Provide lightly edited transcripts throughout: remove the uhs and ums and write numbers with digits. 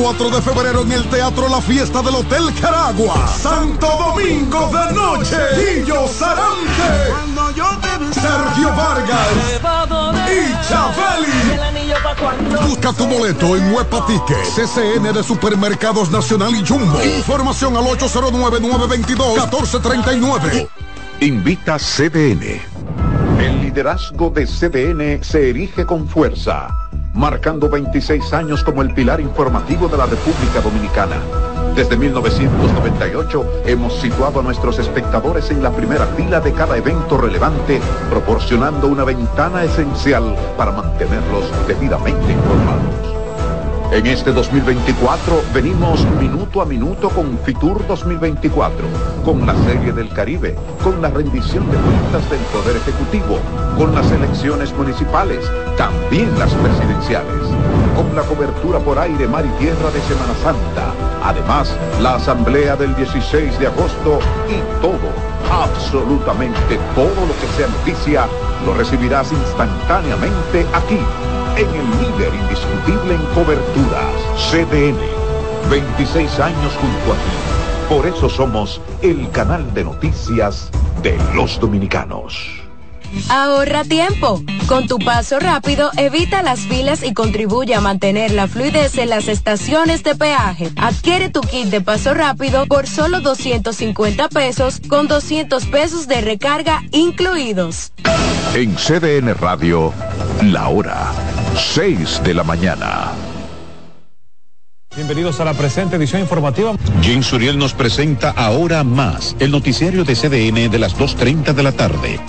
4 de febrero en el Teatro La Fiesta del Hotel Caragua. Santo Domingo de Noche. Guillo Sarante, Sergio Vargas y Chabeli. Busca tu boleto en Huepa Ticket, CCN de Supermercados Nacional y Jumbo. Información al 809-922-1439. Invita CDN. El liderazgo de CDN se erige con fuerza, marcando 26 años como el pilar informativo de la República Dominicana. Desde 1998 hemos situado a nuestros espectadores en la primera fila de cada evento relevante, proporcionando una ventana esencial para mantenerlos debidamente informados. En este 2024 venimos minuto a minuto con Fitur 2024, con la Serie del Caribe, con la rendición de cuentas del Poder Ejecutivo, con las elecciones municipales, también las presidenciales, con la cobertura por aire, mar y tierra de Semana Santa, además la asamblea del 16 de agosto y todo, absolutamente todo lo que sea noticia, lo recibirás instantáneamente aquí, en el líder indiscutible en coberturas, CDN. 26 años junto a ti. Por eso somos el canal de noticias de los dominicanos. Ahorra tiempo. Con tu paso rápido, evita las filas y contribuye a mantener la fluidez en las estaciones de peaje. Adquiere tu kit de paso rápido por solo $250 con $200 de recarga incluidos. En CDN Radio, la hora 6 de la mañana. Bienvenidos a la presente edición informativa. Jim Suriel nos presenta Ahora Más, el noticiario de CDN de las 2:30 de la tarde.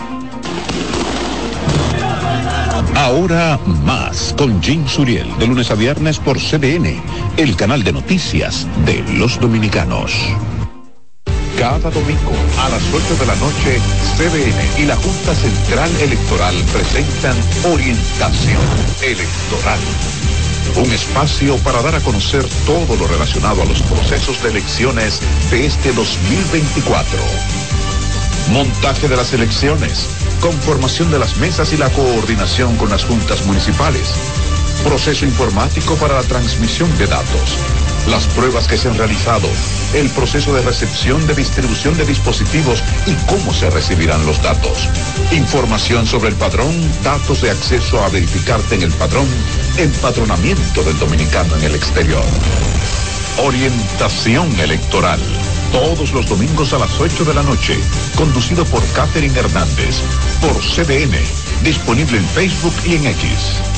Ahora Más, con Jim Suriel, de lunes a viernes por CDN, el canal de noticias de los dominicanos. Cada domingo a las 8 de la noche, CDN y la Junta Central Electoral presentan Orientación Electoral. Un espacio para dar a conocer todo lo relacionado a los procesos de elecciones de este 2024. Montaje de las elecciones, conformación de las mesas y la coordinación con las juntas municipales. Proceso informático para la transmisión de datos. Las pruebas que se han realizado, el proceso de recepción de distribución de dispositivos y cómo se recibirán los datos. Información sobre el padrón, datos de acceso a verificarte en el padrón, empadronamiento del dominicano en el exterior. Orientación electoral. Todos los domingos a las 8 de la noche, conducido por Catherine Hernández, por CDN, disponible en Facebook y en X.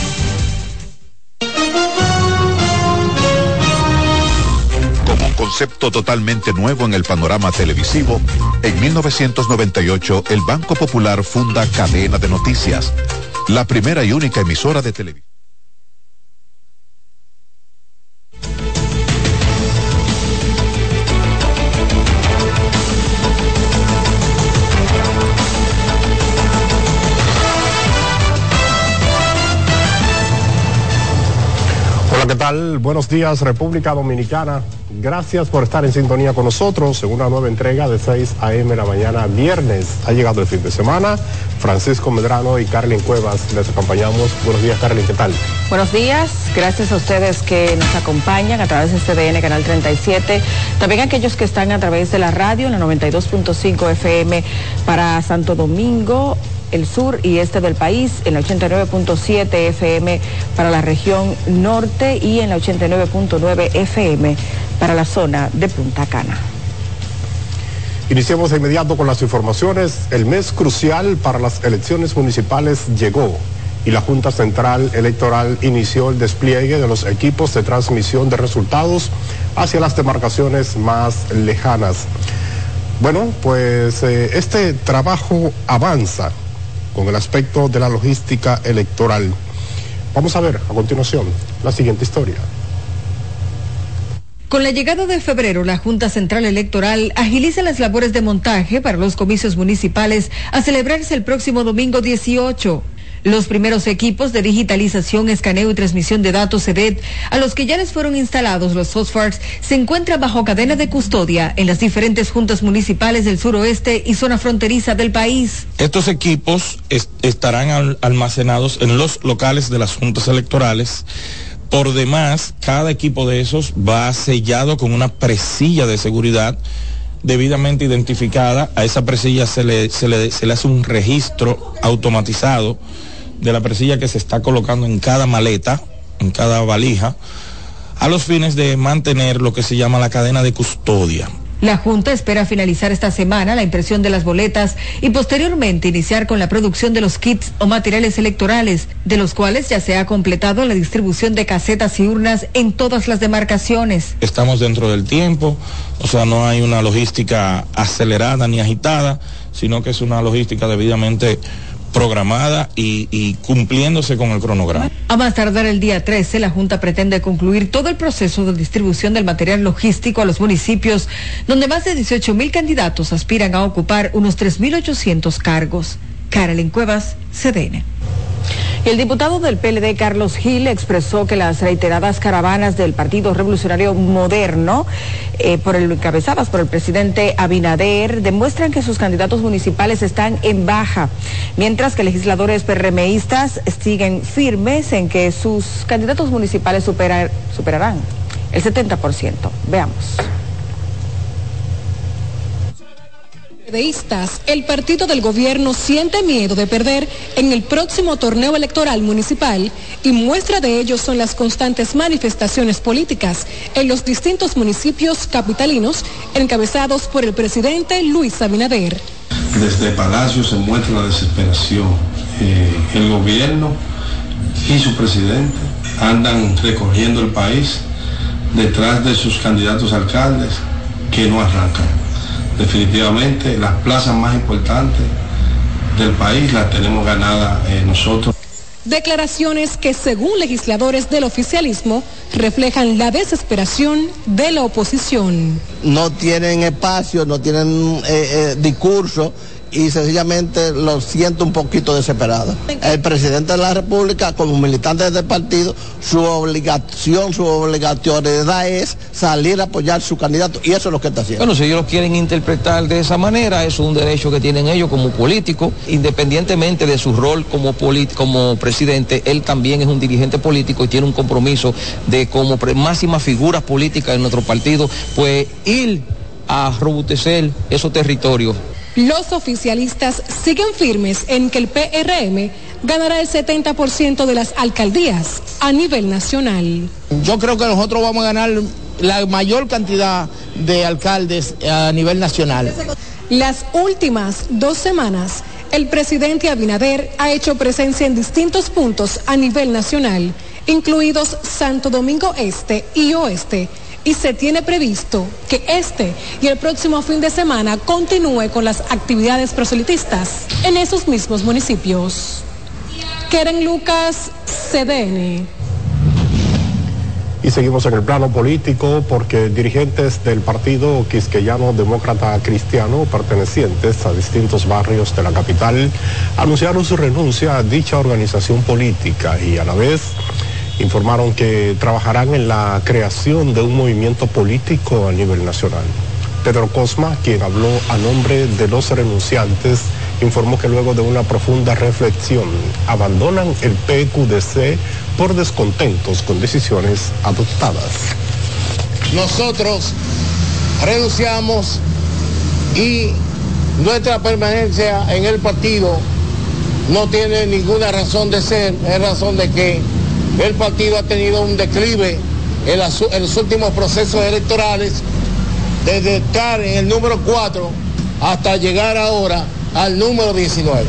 Como un concepto totalmente nuevo en el panorama televisivo, en 1998 el Banco Popular funda Cadena de Noticias, la primera y única emisora de televisión. ¿Qué tal? Buenos días, República Dominicana. Gracias por estar en sintonía con nosotros en una nueva entrega de 6 a.m. la mañana, viernes. Ha llegado el fin de semana. Francisco Medrano y Carlin Cuevas les acompañamos. Buenos días, Carlin, ¿qué tal? Buenos días, gracias a ustedes que nos acompañan a través de CDN Canal 37. También a aquellos que están a través de la radio en la 92.5 FM para Santo Domingo, el sur y este del país, en la 89.7 FM para la región norte y en la 89.9 FM para la zona de Punta Cana. Iniciamos de inmediato con las informaciones. El mes crucial para las elecciones municipales llegó y la Junta Central Electoral inició el despliegue de los equipos de transmisión de resultados hacia las demarcaciones más lejanas. Bueno, pues este trabajo avanza con el aspecto de la logística electoral. Vamos a ver a continuación la siguiente historia. Con la llegada de febrero, la Junta Central Electoral agiliza las labores de montaje para los comicios municipales a celebrarse el próximo domingo 18. Los primeros equipos de digitalización, escaneo y transmisión de datos CEDET, a los que ya les fueron instalados los SOSFARs, se encuentran bajo cadena de custodia en las diferentes juntas municipales del suroeste y zona fronteriza del país. Estos equipos estarán almacenados en los locales de las juntas electorales Por demás, cada equipo de esos va sellado con una presilla de seguridad debidamente identificada. A esa presilla se le hace un registro automatizado de la presilla que se está colocando en cada maleta, en cada valija, a los fines de mantener lo que se llama la cadena de custodia. La Junta espera finalizar esta semana la impresión de las boletas y posteriormente iniciar con la producción de los kits o materiales electorales, de los cuales ya se ha completado la distribución de casetas y urnas en todas las demarcaciones. Estamos dentro del tiempo, o sea, no hay una logística acelerada ni agitada, sino que es una logística debidamente programada y cumpliéndose con el cronograma. A más tardar el día 13, la Junta pretende concluir todo el proceso de distribución del material logístico a los municipios, donde más de 18,000 candidatos aspiran a ocupar unos 3,800 cargos. Carolyn Cuevas, CDN. El diputado del PLD, Carlos Gil, expresó que las reiteradas caravanas del Partido Revolucionario Moderno, encabezadas por el presidente Abinader, demuestran que sus candidatos municipales están en baja, mientras que legisladores PRMistas siguen firmes en que sus candidatos municipales superarán el 70%. Veamos. El partido del gobierno siente miedo de perder en el próximo torneo electoral municipal y muestra de ello son las constantes manifestaciones políticas en los distintos municipios capitalinos encabezados por el presidente Luis Abinader. Desde Palacio se muestra la desesperación. El gobierno y su presidente andan recorriendo el país detrás de sus candidatos a alcaldes que no arrancan. Definitivamente las plazas más importantes del país las tenemos ganadas nosotros. Declaraciones que, según legisladores del oficialismo, reflejan la desesperación de la oposición. No tienen espacio, no tienen discurso y sencillamente lo siento un poquito desesperado. El presidente de la República, como militante del partido, su obligatoriedad es salir a apoyar su candidato y eso es lo que está haciendo. Bueno, si ellos lo quieren interpretar de esa manera, eso es un derecho que tienen ellos como políticos, independientemente de su rol como presidente, él también es un dirigente político y tiene un compromiso de como máxima figura política en nuestro partido, pues ir a robustecer esos territorios. Los oficialistas siguen firmes en que el PRM ganará el 70% de las alcaldías a nivel nacional. Yo creo que nosotros vamos a ganar la mayor cantidad de alcaldes a nivel nacional. Las últimas 2 semanas, el presidente Abinader ha hecho presencia en distintos puntos a nivel nacional, incluidos Santo Domingo Este y Oeste, y se tiene previsto que este y el próximo fin de semana continúe con las actividades proselitistas en esos mismos municipios. Keren Lucas, CDN. Y seguimos en el plano político porque dirigentes del Partido Quisqueyano Demócrata Cristiano, pertenecientes a distintos barrios de la capital, anunciaron su renuncia a dicha organización política y a la vez informaron que trabajarán en la creación de un movimiento político a nivel nacional. Pedro Cosma, quien habló a nombre de los renunciantes, informó que luego de una profunda reflexión abandonan el PQDC por descontentos con decisiones adoptadas. Nosotros renunciamos y nuestra permanencia en el partido no tiene ninguna razón de ser, es razón de que el partido ha tenido un declive en los últimos procesos electorales, desde estar en el número 4 hasta llegar ahora al número 19.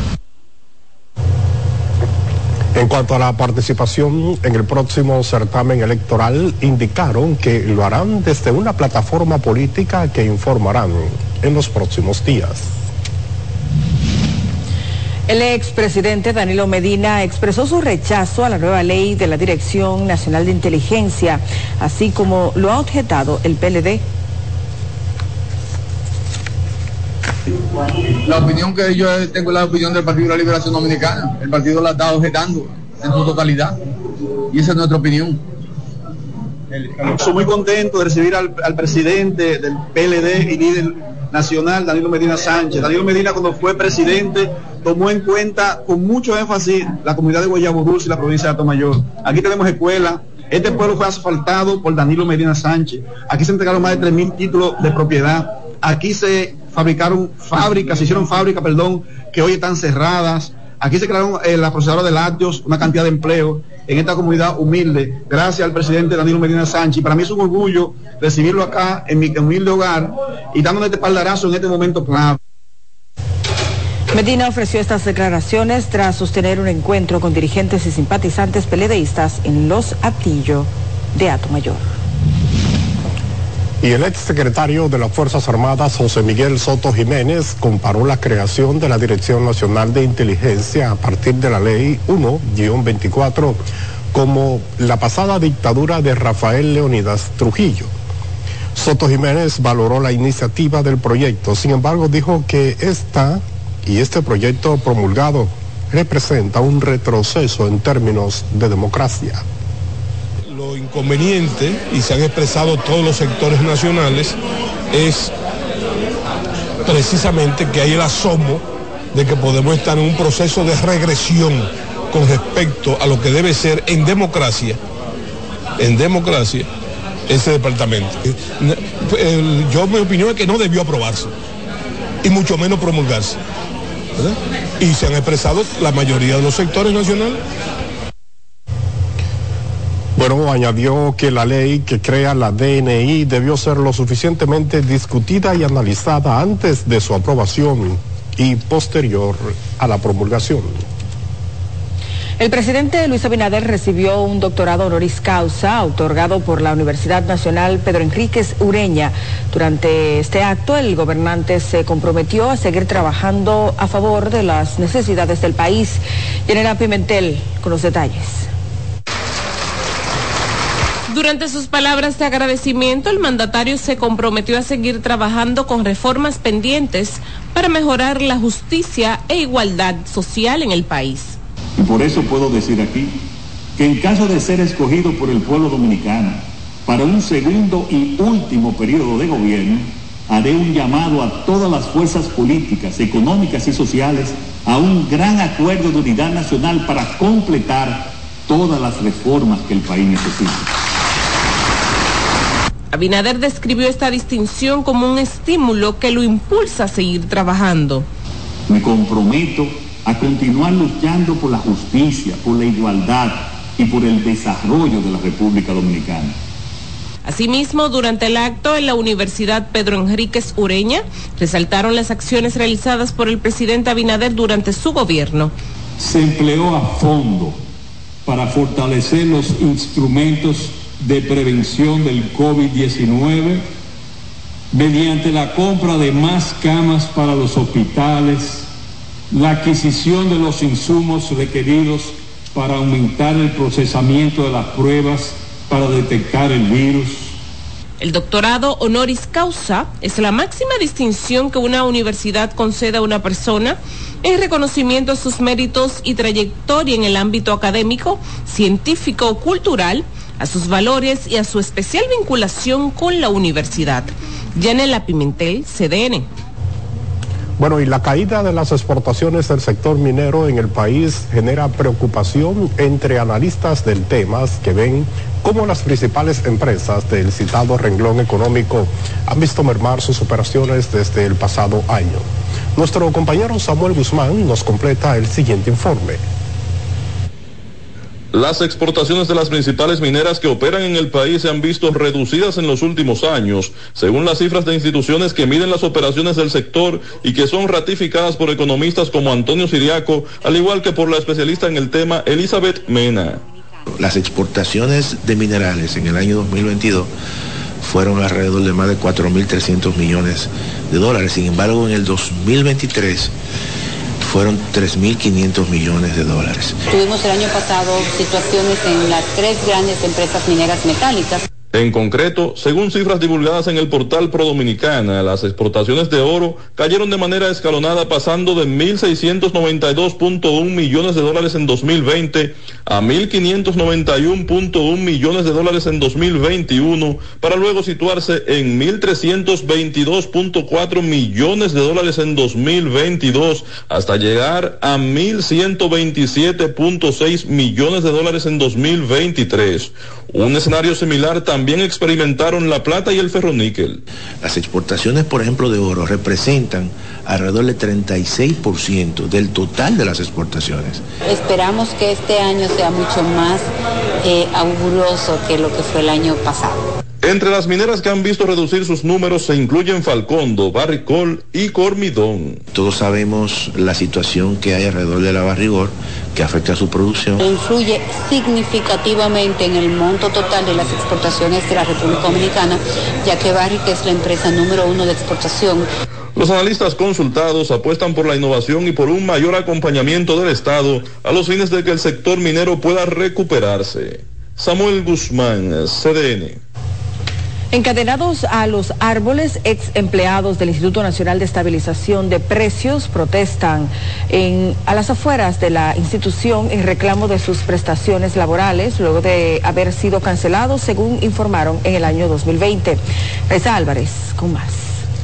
En cuanto a la participación en el próximo certamen electoral, indicaron que lo harán desde una plataforma política que informarán en los próximos días. El expresidente Danilo Medina expresó su rechazo a la nueva ley de la Dirección Nacional de Inteligencia, así como lo ha objetado el PLD. La opinión que yo tengo es la opinión del Partido de la Liberación Dominicana. El partido la está objetando en su totalidad y esa es nuestra opinión. Estoy muy contento de recibir al presidente del PLD y líder nacional, Danilo Medina Sánchez. Danilo Medina, cuando fue presidente, tomó en cuenta con mucho énfasis la comunidad de Guayabo Dulce y la provincia de Atomayor. Aquí tenemos escuelas, Este pueblo fue asfaltado por Danilo Medina Sánchez. Aquí se entregaron más de 3.000 títulos de propiedad. Aquí se hicieron fábricas, que hoy están cerradas. Aquí se crearon la procesadora de lácteos, una cantidad de empleo en esta comunidad humilde, gracias al presidente Danilo Medina Sánchez. Y para mí es un orgullo recibirlo acá en mi humilde hogar y dándole este espaldarazo en este momento clave. Medina ofreció estas declaraciones tras sostener un encuentro con dirigentes y simpatizantes peledeístas en Los Atillo de Atomayor. Y el exsecretario de las Fuerzas Armadas, José Miguel Soto Jiménez, comparó la creación de la Dirección Nacional de Inteligencia a partir de la Ley 1-24 como la pasada dictadura de Rafael Leónidas Trujillo. Soto Jiménez valoró la iniciativa del proyecto, sin embargo dijo que este proyecto promulgado representa un retroceso en términos de democracia. Lo inconveniente, y se han expresado todos los sectores nacionales, es precisamente que hay el asomo de que podemos estar en un proceso de regresión con respecto a lo que debe ser en democracia ese departamento. Mi opinión es que no debió aprobarse y mucho menos promulgarse, ¿verdad? Y se han expresado la mayoría de los sectores nacionales. Bueno, añadió que la ley que crea la DNI debió ser lo suficientemente discutida y analizada antes de su aprobación y posterior a la promulgación. El presidente Luis Abinader recibió un doctorado honoris causa otorgado por la Universidad Nacional Pedro Enríquez Ureña. Durante este acto, el gobernante se comprometió a seguir trabajando a favor de las necesidades del país. Yanela Pimentel con los detalles. Durante sus palabras de agradecimiento, el mandatario se comprometió a seguir trabajando con reformas pendientes para mejorar la justicia e igualdad social en el país. Y por eso puedo decir aquí que en caso de ser escogido por el pueblo dominicano para un segundo y último periodo de gobierno, haré un llamado a todas las fuerzas políticas, económicas y sociales a un gran acuerdo de unidad nacional para completar todas las reformas que el país necesita. Abinader describió esta distinción como un estímulo que lo impulsa a seguir trabajando. Me comprometo a continuar luchando por la justicia, por la igualdad y por el desarrollo de la República Dominicana. Asimismo, durante el acto en la Universidad Pedro Enríquez Ureña, resaltaron las acciones realizadas por el presidente Abinader durante su gobierno. Se empleó a fondo para fortalecer los instrumentos de prevención del COVID-19 mediante la compra de más camas para los hospitales, la adquisición de los insumos requeridos para aumentar el procesamiento de las pruebas para detectar el virus. El doctorado honoris causa es la máxima distinción que una universidad concede a una persona en reconocimiento a sus méritos y trayectoria en el ámbito académico, científico o cultural, a sus valores y a su especial vinculación con la universidad. Yanela Pimentel, CDN. Bueno, y la caída de las exportaciones del sector minero en el país genera preocupación entre analistas del tema que ven cómo las principales empresas del citado renglón económico han visto mermar sus operaciones desde el pasado año. Nuestro compañero Samuel Guzmán nos completa el siguiente informe. Las exportaciones de las principales mineras que operan en el país se han visto reducidas en los últimos años, según las cifras de instituciones que miden las operaciones del sector y que son ratificadas por economistas como Antonio Siriaco, al igual que por la especialista en el tema Elizabeth Mena. Las exportaciones de minerales en el año 2022 fueron alrededor de más de 4.300 millones de dólares. Sin embargo, en el 2023 fueron 3.500 millones de dólares. Tuvimos el año pasado situaciones en las tres grandes empresas mineras metálicas. En concreto, según cifras divulgadas en el portal ProDominicana, las exportaciones de oro cayeron de manera escalonada, pasando de 1.692.1 millones de dólares en 2020 a 1.591.1 millones de dólares en 2021, para luego situarse en 1.322.4 millones de dólares en 2022, hasta llegar a 1.127.6 millones de dólares en 2023. Un escenario similar también experimentaron la plata y el ferroníquel. Las exportaciones, por ejemplo, de oro representan alrededor del 36% del total de las exportaciones. Esperamos que este año sea mucho más auguroso que lo que fue el año pasado. Entre las mineras que han visto reducir sus números se incluyen Falcondo, Barricol y Cormidón. Todos sabemos la situación que hay alrededor de la Barrigor, que afecta a su producción. Influye significativamente en el monto total de las exportaciones de la República Dominicana, ya que Barrick es la empresa número 1 de exportación. Los analistas consultados apuestan por la innovación y por un mayor acompañamiento del Estado a los fines de que el sector minero pueda recuperarse. Samuel Guzmán, CDN. Encadenados a los árboles, ex empleados del Instituto Nacional de Estabilización de Precios protestan a las afueras de la institución en reclamo de sus prestaciones laborales, luego de haber sido cancelados, según informaron en el año 2020. Reza Álvarez, con más.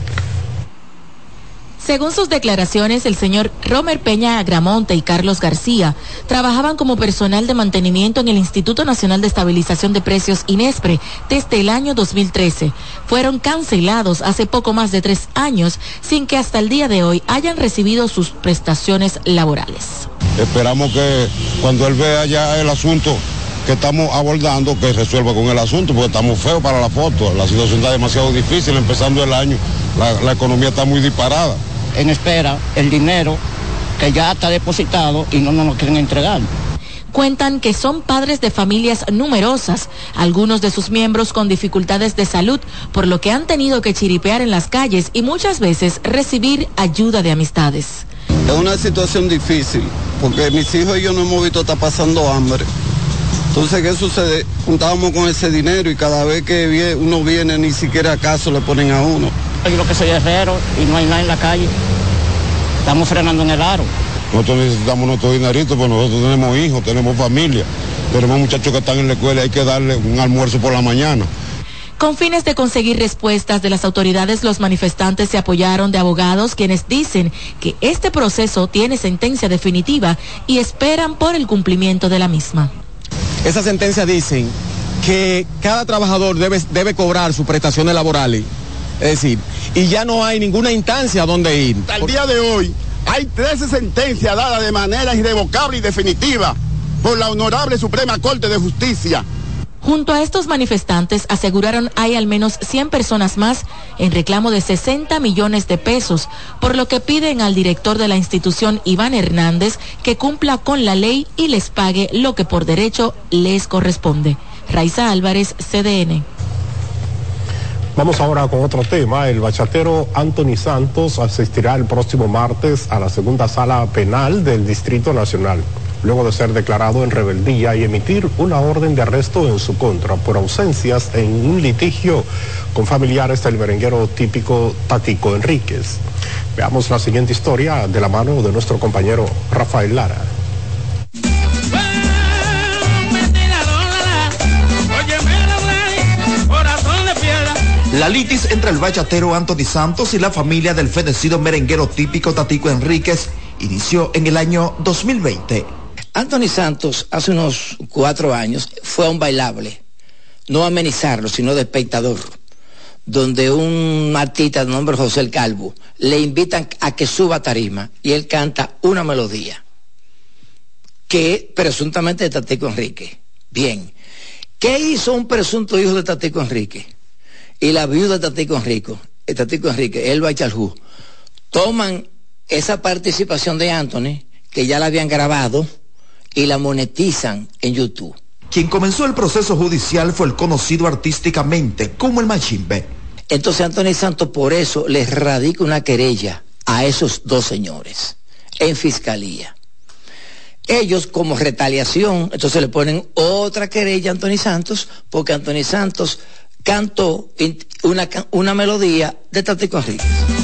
Según sus declaraciones, el señor Romer Peña Agramonte y Carlos García trabajaban como personal de mantenimiento en el Instituto Nacional de Estabilización de Precios, INESPRE, desde el año 2013. Fueron cancelados hace poco más de 3 años, sin que hasta el día de hoy hayan recibido sus prestaciones laborales. Esperamos que cuando él vea ya el asunto que estamos abordando, que resuelva con el asunto, porque estamos feos para la foto. La situación está demasiado difícil, empezando el año, la economía está muy disparada. En espera el dinero que ya está depositado y no nos lo quieren entregar. Cuentan que son padres de familias numerosas, algunos de sus miembros con dificultades de salud, por lo que han tenido que chiripear en las calles y muchas veces recibir ayuda de amistades. Es una situación difícil, porque mis hijos y yo no hemos visto estar pasando hambre. Entonces, ¿qué sucede? Juntábamos con ese dinero y cada vez que uno viene ni siquiera acaso le ponen a uno. Yo lo que soy herrero y no hay nada en la calle. Estamos frenando en el aro. Nosotros necesitamos nuestro dinerito, pues nosotros tenemos hijos, tenemos familia, tenemos muchachos que están en la escuela, hay que darle un almuerzo por la mañana. Con fines de conseguir respuestas de las autoridades, los manifestantes se apoyaron de abogados quienes dicen que este proceso tiene sentencia definitiva y esperan por el cumplimiento de la misma. Esa sentencia dice que cada trabajador debe cobrar sus prestaciones laborales. Es decir, y ya no hay ninguna instancia a donde ir. Al día de hoy hay 13 sentencias dadas de manera irrevocable y definitiva por la Honorable Suprema Corte de Justicia. Junto a estos manifestantes aseguraron hay al menos 100 personas más en reclamo de 60 millones de pesos, por lo que piden al director de la institución, Iván Hernández, que cumpla con la ley y les pague lo que por derecho les corresponde. Raiza Álvarez, CDN. Vamos ahora con otro tema. El bachatero Anthony Santos asistirá el próximo martes a la segunda sala penal del Distrito Nacional, luego de ser declarado en rebeldía y emitir una orden de arresto en su contra por ausencias en un litigio con familiares del merenguero típico Tatico Enríquez. Veamos la siguiente historia de la mano de nuestro compañero Rafael Lara. La litis entre el bachatero Anthony Santos y la familia del fenecido merenguero típico Tatico Enríquez inició en el año 2020. Anthony Santos hace unos 4 años fue a un bailable, no a amenizarlo, sino de espectador, donde un artista de nombre José el Calvo le invitan a que suba a tarima y él canta una melodía que presuntamente de Tatico Enríquez. Bien, ¿qué hizo un presunto hijo de Tatico Enríquez y la viuda de Tatico Enríquez, Elba Chaljú? Toman esa participación de Anthony, que ya la habían grabado, y la monetizan en YouTube. Quien comenzó el proceso judicial fue el conocido artísticamente como el Machimbe. Entonces Anthony Santos por eso les radica una querella a esos 2 señores en fiscalía. Ellos, como retaliación, entonces le ponen otra querella a Anthony Santos, porque Anthony Santos cantó una melodía de Tatico Enríquez.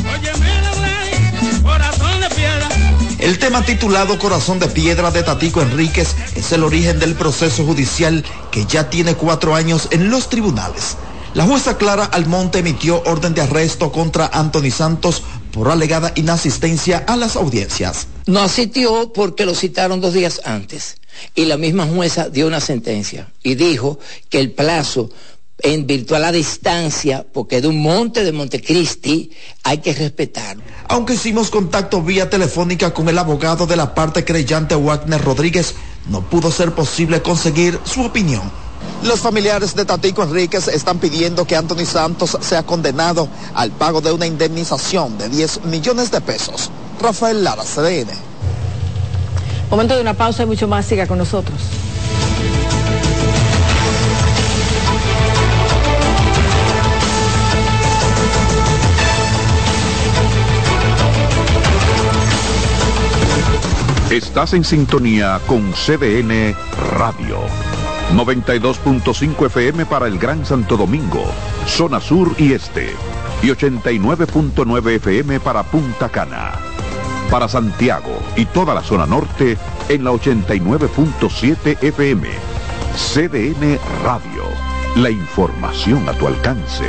El tema titulado Corazón de Piedra de Tatico Enríquez es el origen del proceso judicial que ya tiene 4 años en los tribunales. La jueza Clara Almonte emitió orden de arresto contra Anthony Santos por alegada inasistencia a las audiencias. No asistió porque lo citaron 2 días antes y la misma jueza dio una sentencia y dijo que el plazo en virtud a la distancia, porque de un monte de Montecristi hay que respetarlo. Aunque hicimos contacto vía telefónica con el abogado de la parte creyente Wagner Rodríguez, no pudo ser posible conseguir su opinión. Los familiares de Tatico Enríquez están pidiendo que Anthony Santos sea condenado al pago de una indemnización de 10 millones de pesos. Rafael Lara, CDN. Momento de una pausa y mucho más, siga con nosotros. Estás en sintonía con CDN Radio. 92.5 FM para el Gran Santo Domingo, zona sur y este. Y 89.9 FM para Punta Cana. Para Santiago y toda la zona norte en la 89.7 FM. CDN Radio. La información a tu alcance.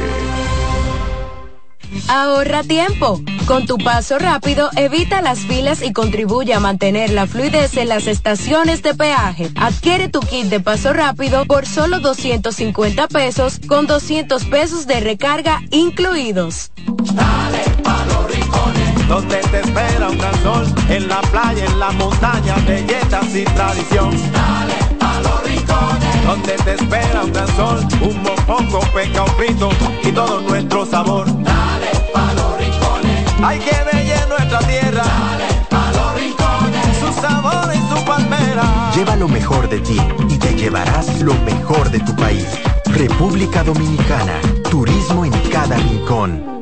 Ahorra tiempo. Con tu paso rápido, evita las filas y contribuye a mantener la fluidez en las estaciones de peaje. Adquiere tu kit de paso rápido por solo 250 pesos con 200 pesos de recarga incluidos. Dale pa' los rincones, donde te espera un gran sol, en la playa, en la montaña, belletas y tradición. Dale pa' los rincones, donde te espera un gran sol, un mopongo, peca, un frito y todo nuestro sabor. Dale pa' los rincones, hay que bella nuestra tierra. Dale pa' los rincones, su sabor y su palmera. Lleva lo mejor de ti y te llevarás lo mejor de tu país. República Dominicana, turismo en cada rincón.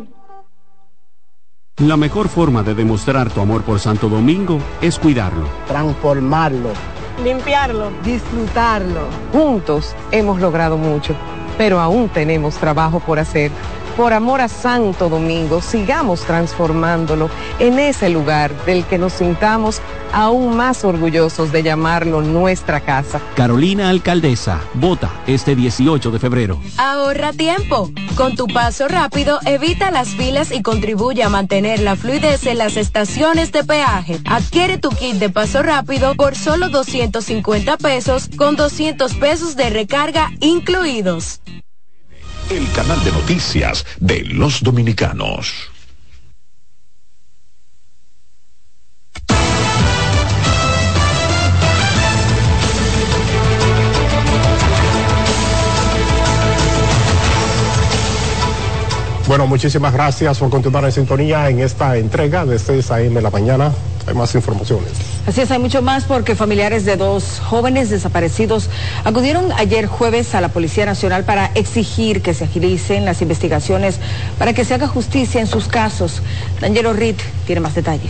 La mejor forma de demostrar tu amor por Santo Domingo es cuidarlo, transformarlo, limpiarlo, disfrutarlo. Juntos hemos logrado mucho, pero aún tenemos trabajo por hacer. Por amor a Santo Domingo, sigamos transformándolo en ese lugar del que nos sintamos aún más orgullosos de llamarlo nuestra casa. Carolina Alcaldesa, vota este 18 de febrero. Ahorra tiempo. Con tu paso rápido, evita las filas y contribuye a mantener la fluidez en las estaciones de peaje. Adquiere tu kit de paso rápido por solo 250 pesos con 200 pesos de recarga incluidos. El canal de noticias de los dominicanos. Bueno, muchísimas gracias por continuar en sintonía en esta entrega de 6 a.m. de la mañana. Hay más informaciones. Así es, hay mucho más porque familiares de 2 jóvenes desaparecidos acudieron ayer jueves a la Policía Nacional para exigir que se agilicen las investigaciones para que se haga justicia en sus casos. D'Angelo Reed tiene más detalles.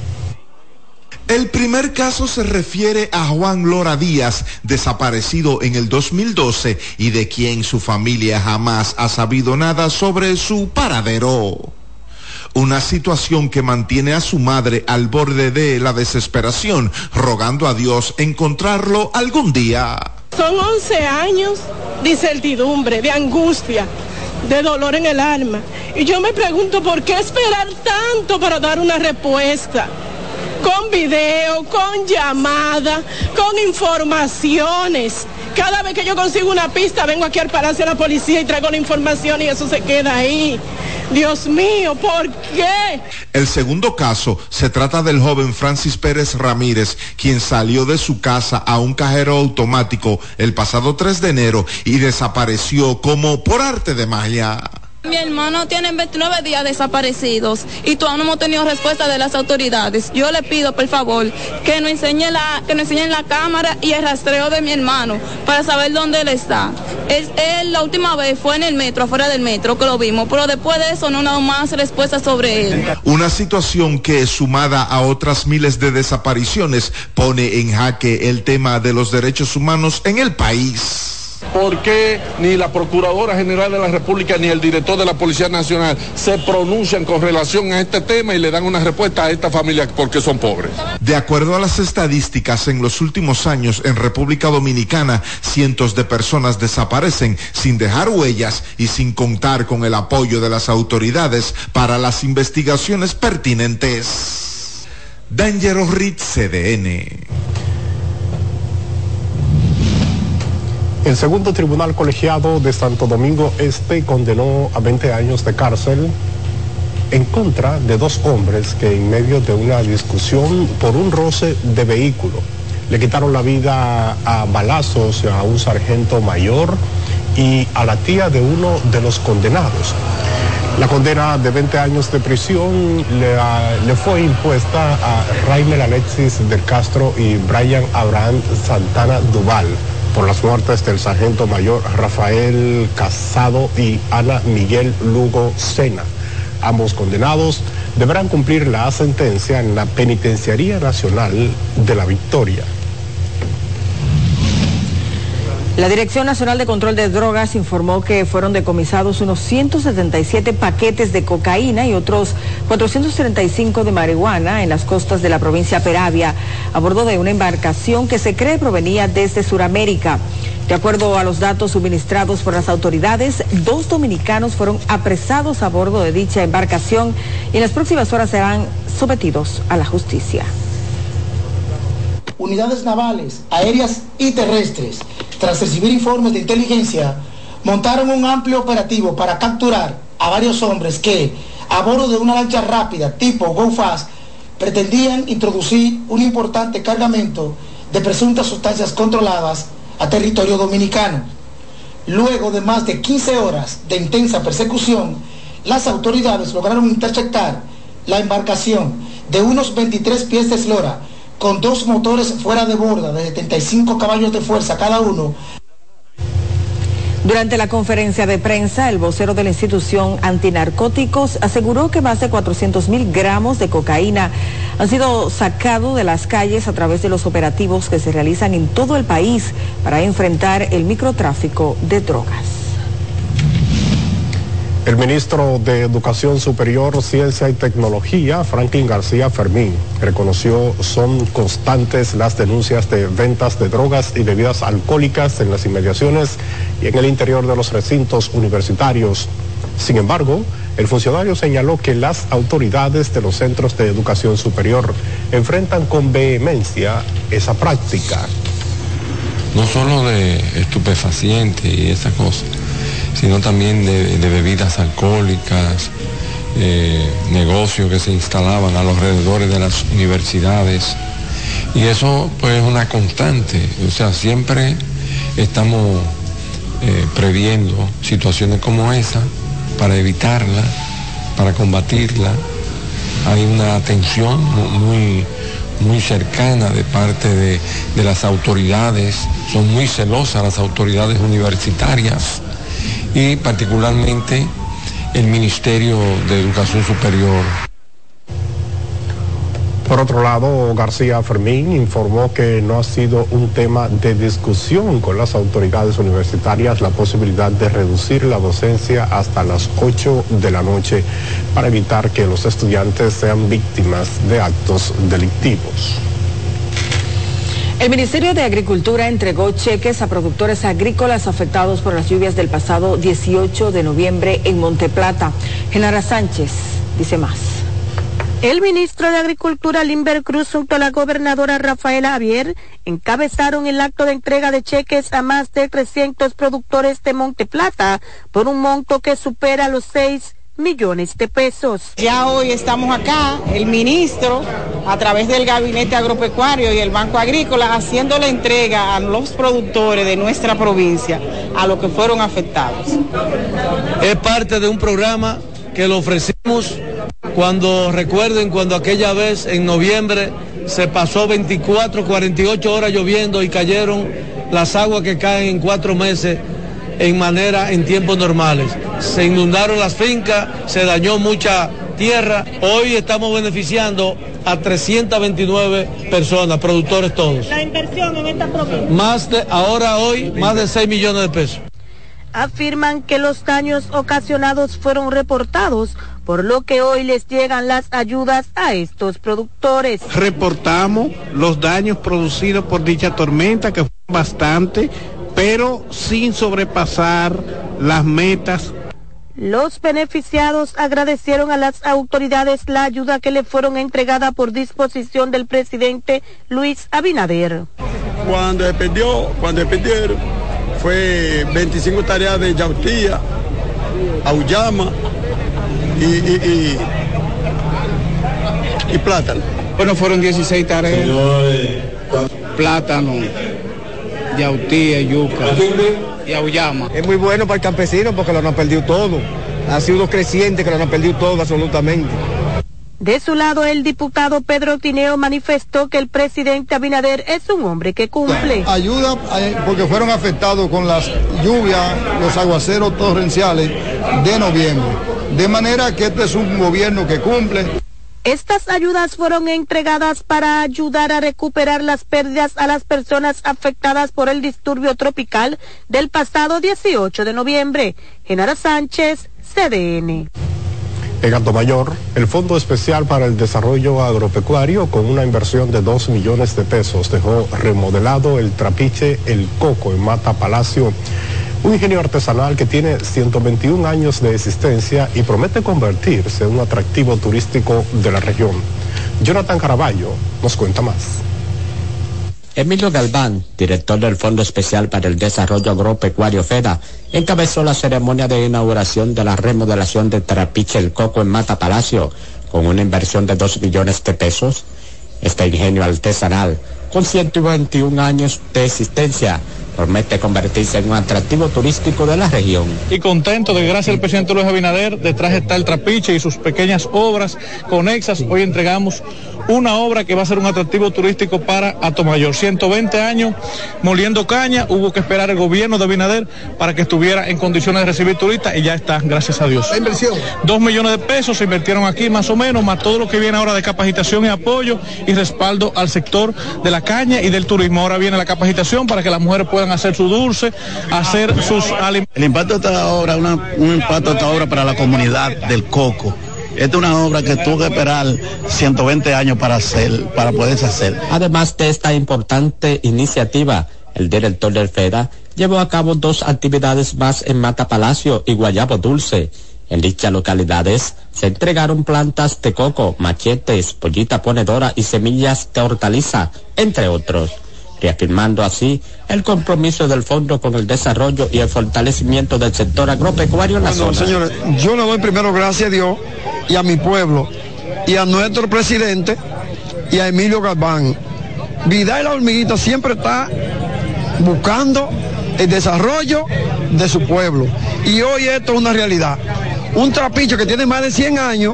El primer caso se refiere a Juan Lora Díaz, desaparecido en el 2012 y de quien su familia jamás ha sabido nada sobre su paradero. Una situación que mantiene a su madre al borde de la desesperación, rogando a Dios encontrarlo algún día. Son 11 años de incertidumbre, de angustia, de dolor en el alma. Y yo me pregunto, ¿por qué esperar tanto para dar una respuesta? Con video, con llamada, con informaciones. Cada vez que yo consigo una pista, vengo aquí al Palacio de la Policía y traigo la información y eso se queda ahí. Dios mío, ¿por qué? El segundo caso se trata del joven Francis Pérez Ramírez, quien salió de su casa a un cajero automático el pasado 3 de enero y desapareció como por arte de magia. Mi hermano tiene 29 días desaparecidos y todavía no hemos tenido respuesta de las autoridades. Yo le pido, por favor, que nos enseñen la cámara y el rastreo de mi hermano para saber dónde él está. Él la última vez fue en el metro, afuera del metro, que lo vimos, pero después de eso no nos más respuesta sobre él. Una situación que, sumada a otras miles de desapariciones, pone en jaque el tema de los derechos humanos en el país. ¿Por qué ni la Procuradora General de la República ni el director de la Policía Nacional se pronuncian con relación a este tema y le dan una respuesta a esta familia porque son pobres? De acuerdo a las estadísticas, en los últimos años en República Dominicana, cientos de personas desaparecen sin dejar huellas y sin contar con el apoyo de las autoridades para las investigaciones pertinentes. Dangerous Ritz, CDN. El segundo tribunal colegiado de Santo Domingo Este condenó a 20 años de cárcel en contra de dos hombres que en medio de una discusión por un roce de vehículo le quitaron la vida a balazos a un sargento mayor y a la tía de uno de los condenados. La condena de 20 años de prisión le fue impuesta a Raimel Alexis del Castro y Brian Abraham Santana Duval por las muertes del sargento mayor Rafael Casado y Ana Miguel Lugo Sena. Ambos condenados deberán cumplir la sentencia en la Penitenciaría Nacional de la Victoria. La Dirección Nacional de Control de Drogas informó que fueron decomisados unos 177 paquetes de cocaína y otros 435 de marihuana en las costas de la provincia Peravia, a bordo de una embarcación que se cree provenía desde Sudamérica. De acuerdo a los datos suministrados por las autoridades, 2 dominicanos fueron apresados a bordo de dicha embarcación y en las próximas horas serán sometidos a la justicia. Unidades navales, aéreas y terrestres, tras recibir informes de inteligencia, montaron un amplio operativo para capturar a varios hombres que, a bordo de una lancha rápida tipo Go Fast, pretendían introducir un importante cargamento de presuntas sustancias controladas a territorio dominicano. Luego de más de 15 horas de intensa persecución, las autoridades lograron interceptar la embarcación de unos 23 pies de eslora, con 2 motores fuera de borda de 75 caballos de fuerza cada uno. Durante la conferencia de prensa, el vocero de la institución antinarcóticos aseguró que más de 400.000 gramos de cocaína han sido sacados de las calles a través de los operativos que se realizan en todo el país para enfrentar el microtráfico de drogas. El ministro de Educación Superior, Ciencia y Tecnología, Franklin García Fermín, reconoció son constantes las denuncias de ventas de drogas y bebidas alcohólicas en las inmediaciones y en el interior de los recintos universitarios. Sin embargo, el funcionario señaló que las autoridades de los centros de educación superior enfrentan con vehemencia esa práctica. No solo de estupefacientes y esas cosas, sino también de bebidas alcohólicas, negocios que se instalaban a los alrededores de las universidades. Y eso pues es una constante, o sea, siempre estamos previendo situaciones como esa para evitarla, para combatirla. Hay una atención muy cercana de parte de las autoridades, son muy celosas las autoridades universitarias y particularmente el Ministerio de Educación Superior. Por otro lado, García Fermín informó que no ha sido un tema de discusión con las autoridades universitarias la posibilidad de reducir la docencia hasta las 8 de la noche para evitar que los estudiantes sean víctimas de actos delictivos. El Ministerio de Agricultura entregó cheques a productores agrícolas afectados por las lluvias del pasado 18 de noviembre en Monteplata. Genara Sánchez dice más. El ministro de Agricultura, Limber Cruz, junto a la gobernadora Rafaela Javier, encabezaron el acto de entrega de cheques a más de 300 productores de Monteplata por un monto que supera los 6 millones de pesos. Ya hoy estamos acá, el ministro a través del Gabinete Agropecuario y el Banco Agrícola, haciendo la entrega a los productores de nuestra provincia, a los que fueron afectados. Es parte de un programa que lo ofrecimos cuando aquella vez en noviembre se pasó 24, 48 horas lloviendo y cayeron las aguas que caen en 4 meses en tiempos normales. Se inundaron las fincas, se dañó mucha tierra. Hoy estamos beneficiando a 329 personas, productores todos. La inversión en esta provincia. Más de 6 millones de pesos. Afirman que los daños ocasionados fueron reportados, por lo que hoy les llegan las ayudas a estos productores. Reportamos los daños producidos por dicha tormenta, que fue bastante, pero sin sobrepasar las metas. Los beneficiados agradecieron a las autoridades la ayuda que le fueron entregada por disposición del presidente Luis Abinader. Cuando despidieron, fue 25 tareas de yautía, auyama y plátano. Bueno, fueron 16 tareas. Plátano, yautía, yuca y auyama. Es muy bueno para el campesino porque lo han perdido todo. Ha sido creciente que lo han perdido todo absolutamente. De su lado, el diputado Pedro Tineo manifestó que el presidente Abinader es un hombre que cumple. Ayuda porque fueron afectados con las lluvias, los aguaceros torrenciales de noviembre. De manera que este es un gobierno que cumple. Estas ayudas fueron entregadas para ayudar a recuperar las pérdidas a las personas afectadas por el disturbio tropical del pasado 18 de noviembre. Genara Sánchez, CDN. En Atomayor, el Fondo Especial para el Desarrollo Agropecuario, con una inversión de 2 millones de pesos, dejó remodelado el trapiche El Coco en Mata Palacio, un ingenio artesanal que tiene 121 años de existencia y promete convertirse en un atractivo turístico de la región. Jonathan Caraballo nos cuenta más. Emilio Galván, director del Fondo Especial para el Desarrollo Agropecuario FEDA, encabezó la ceremonia de inauguración de la remodelación de Trapiche El Coco en Mata Palacio, con una inversión de 2 millones de pesos. Este ingenio artesanal, con 121 años de existencia, promete convertirse en un atractivo turístico de la región. Y contento de que gracias al presidente Luis Abinader, detrás está el trapiche y sus pequeñas obras conexas. Hoy entregamos una obra que va a ser un atractivo turístico para Atomayor. 120 años moliendo caña, hubo que esperar el gobierno de Abinader para que estuviera en condiciones de recibir turistas y ya está, gracias a Dios. La inversión. 2 millones de pesos se invirtieron aquí más o menos, más todo lo que viene ahora de capacitación y apoyo y respaldo al sector de la caña y del turismo. Ahora viene la capacitación para que las mujeres puedan hacer su dulce, hacer sus alimentos. El impacto de esta obra, un impacto de esta obra para la comunidad del coco. Esta es una obra que tuvo que esperar 120 años para poderse hacer. Además de esta importante iniciativa, el director del FEDA llevó a cabo 2 actividades más en Mata Palacio y Guayabo Dulce. En dichas localidades se entregaron plantas de coco, machetes, pollita ponedora y semillas de hortaliza, entre otros, reafirmando así el compromiso del fondo con el desarrollo y el fortalecimiento del sector agropecuario en la zona. Señores, yo le doy primero gracias a Dios y a mi pueblo y a nuestro presidente y a Emilio Galván. Vidal la Hormiguita siempre está buscando el desarrollo de su pueblo y hoy esto es una realidad. Un trapiche que tiene más de 100 años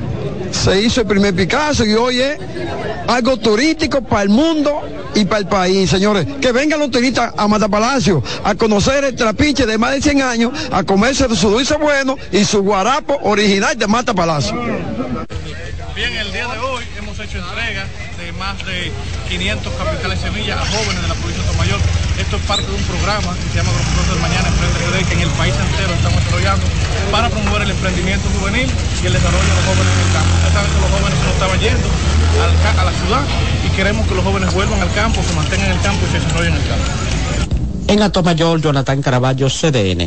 se hizo el primer Picasso y hoy es algo turístico para el mundo y para el país, señores. Que vengan los turistas a Mata Palacio a conocer el trapiche de más de 100 años, a comerse su dulce bueno y su guarapo original de Mata Palacio. Bien, el día de hoy hemos hecho entrega de más de 500 capitales semillas a jóvenes de la provincia de Atomayor. Esto es parte de un programa que se llama Agricultor del Mañana, Emprende, que en el país entero estamos desarrollando para promover el emprendimiento juvenil y el desarrollo de los jóvenes en el campo. Ustedes saben que los jóvenes se nos estaban yendo a la ciudad y queremos que los jóvenes vuelvan al campo, se mantengan en el campo y se desarrollen en el campo. En Atomayor, Jonathan Caraballo, CDN.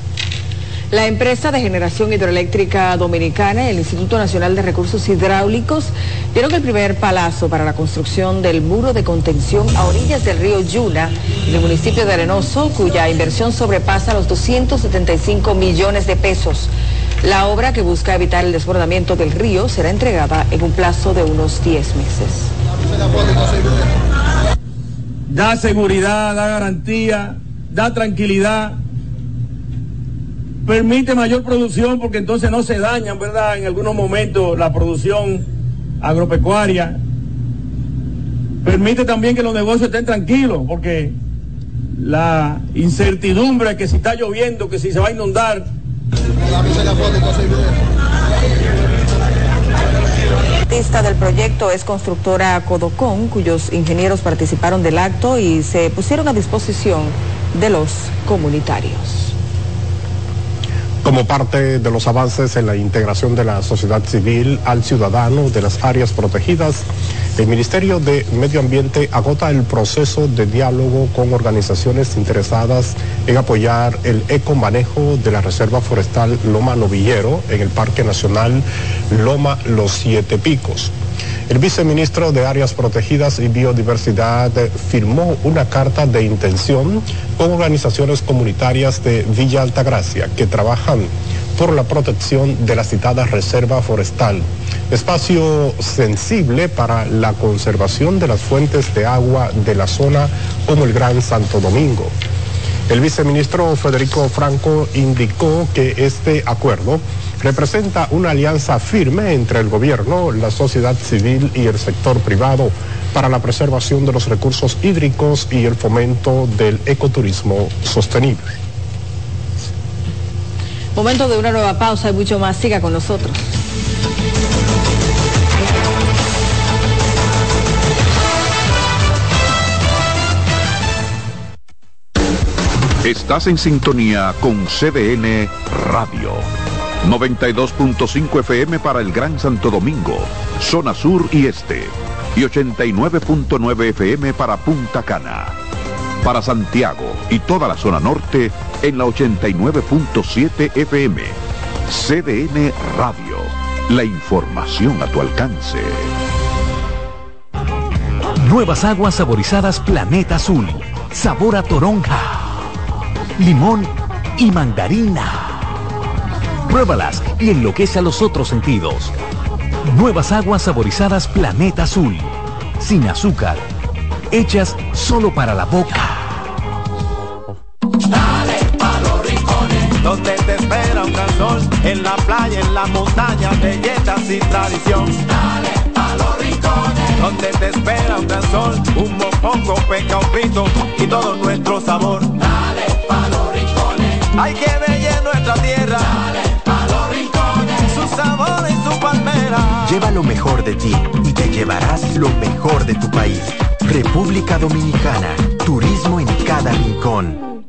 La empresa de generación hidroeléctrica dominicana y el Instituto Nacional de Recursos Hidráulicos dieron el primer palazo para la construcción del muro de contención a orillas del río Yuna, en el municipio de Arenoso, cuya inversión sobrepasa los 275 millones de pesos. La obra, que busca evitar el desbordamiento del río, será entregada en un plazo de unos 10 meses. Da seguridad, da garantía, da tranquilidad, permite mayor producción porque entonces no se dañan, ¿verdad?, en algunos momentos la producción agropecuaria. Permite también que los negocios estén tranquilos porque la incertidumbre que si está lloviendo, que si se va a inundar. Artista del proyecto es constructora Codocon, cuyos ingenieros participaron del acto y se pusieron a disposición de los comunitarios. Como parte de los avances en la integración de la sociedad civil al ciudadano de las áreas protegidas, el Ministerio de Medio Ambiente agota el proceso de diálogo con organizaciones interesadas en apoyar el ecomanejo de la Reserva Forestal Loma Novillero en el Parque Nacional Loma Los Siete Picos. El viceministro de Áreas Protegidas y Biodiversidad firmó una carta de intención con organizaciones comunitarias de Villa Altagracia que trabajan por la protección de la citada reserva forestal, espacio sensible para la conservación de las fuentes de agua de la zona como el Gran Santo Domingo. El viceministro Federico Franco indicó que este acuerdo representa una alianza firme entre el gobierno, la sociedad civil y el sector privado para la preservación de los recursos hídricos y el fomento del ecoturismo sostenible. Momento de una nueva pausa y mucho más. Siga con nosotros. Estás en sintonía con CDN Radio. 92.5 FM para el Gran Santo Domingo, zona sur y este, y 89.9 FM para Punta Cana. Para Santiago y toda la zona norte en la 89.7 FM. CDN Radio, la información a tu alcance. Nuevas aguas saborizadas Planeta Azul, sabor a toronja, limón y mandarina. Pruébalas y enloquece a los otros sentidos. Nuevas aguas saborizadas Planeta Azul, sin azúcar, hechas solo para la boca. Dale pa' los rincones, donde te espera un gran sol, en la playa, en la montaña, belletas y tradición. Dale pa' los rincones, donde te espera un gran sol, un mopongo, peca, un frito y todo nuestro sabor. Dale pa' los rincones, hay que ver nuestra tierra. Dale pa' los rincones, su sabor y su palmera. Lleva lo mejor de ti y te llevarás lo mejor de tu país. República Dominicana, turismo en cada rincón.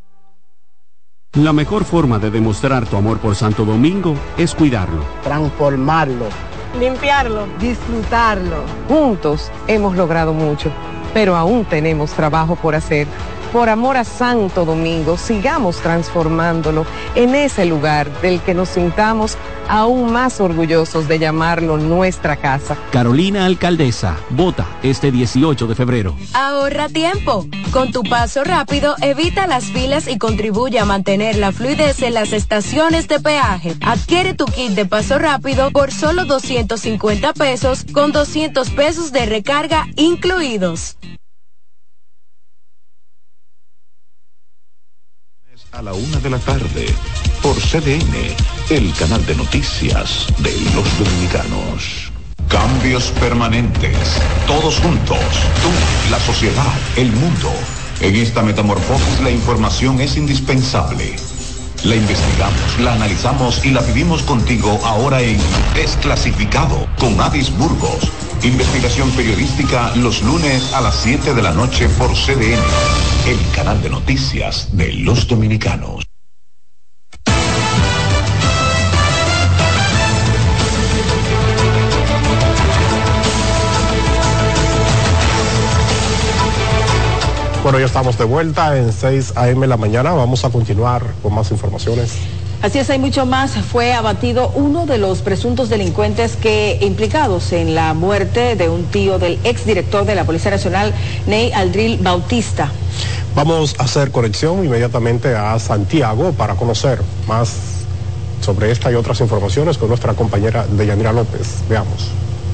La mejor forma de demostrar tu amor por Santo Domingo es cuidarlo, transformarlo, limpiarlo, disfrutarlo. Juntos hemos logrado mucho, pero aún tenemos trabajo por hacer. Por amor a Santo Domingo, sigamos transformándolo en ese lugar del que nos sintamos aún más orgullosos de llamarlo nuestra casa. Carolina Alcaldesa, vota este 18 de febrero. Ahorra tiempo. Con tu paso rápido, evita las filas y contribuye a mantener la fluidez en las estaciones de peaje. Adquiere tu kit de paso rápido por solo 250 pesos con 200 pesos de recarga incluidos. A la 1 de la tarde, por CDN, el canal de noticias de los dominicanos. Cambios permanentes, todos juntos, tú, la sociedad, el mundo. En esta metamorfosis la información es indispensable. La investigamos, la analizamos y la vivimos contigo ahora en Desclasificado con Adis Burgos. Investigación periodística los lunes a las 7 de la noche por CDN, el canal de noticias de los dominicanos. Bueno, ya estamos de vuelta en 6 a.m. la mañana. Vamos a continuar con más informaciones. Así es, hay mucho más. Fue abatido uno de los presuntos delincuentes que implicados en la muerte de un tío del exdirector de la Policía Nacional, Ney Aldril Bautista. Vamos a hacer conexión inmediatamente a Santiago para conocer más sobre esta y otras informaciones con nuestra compañera Deyanira López. Veamos.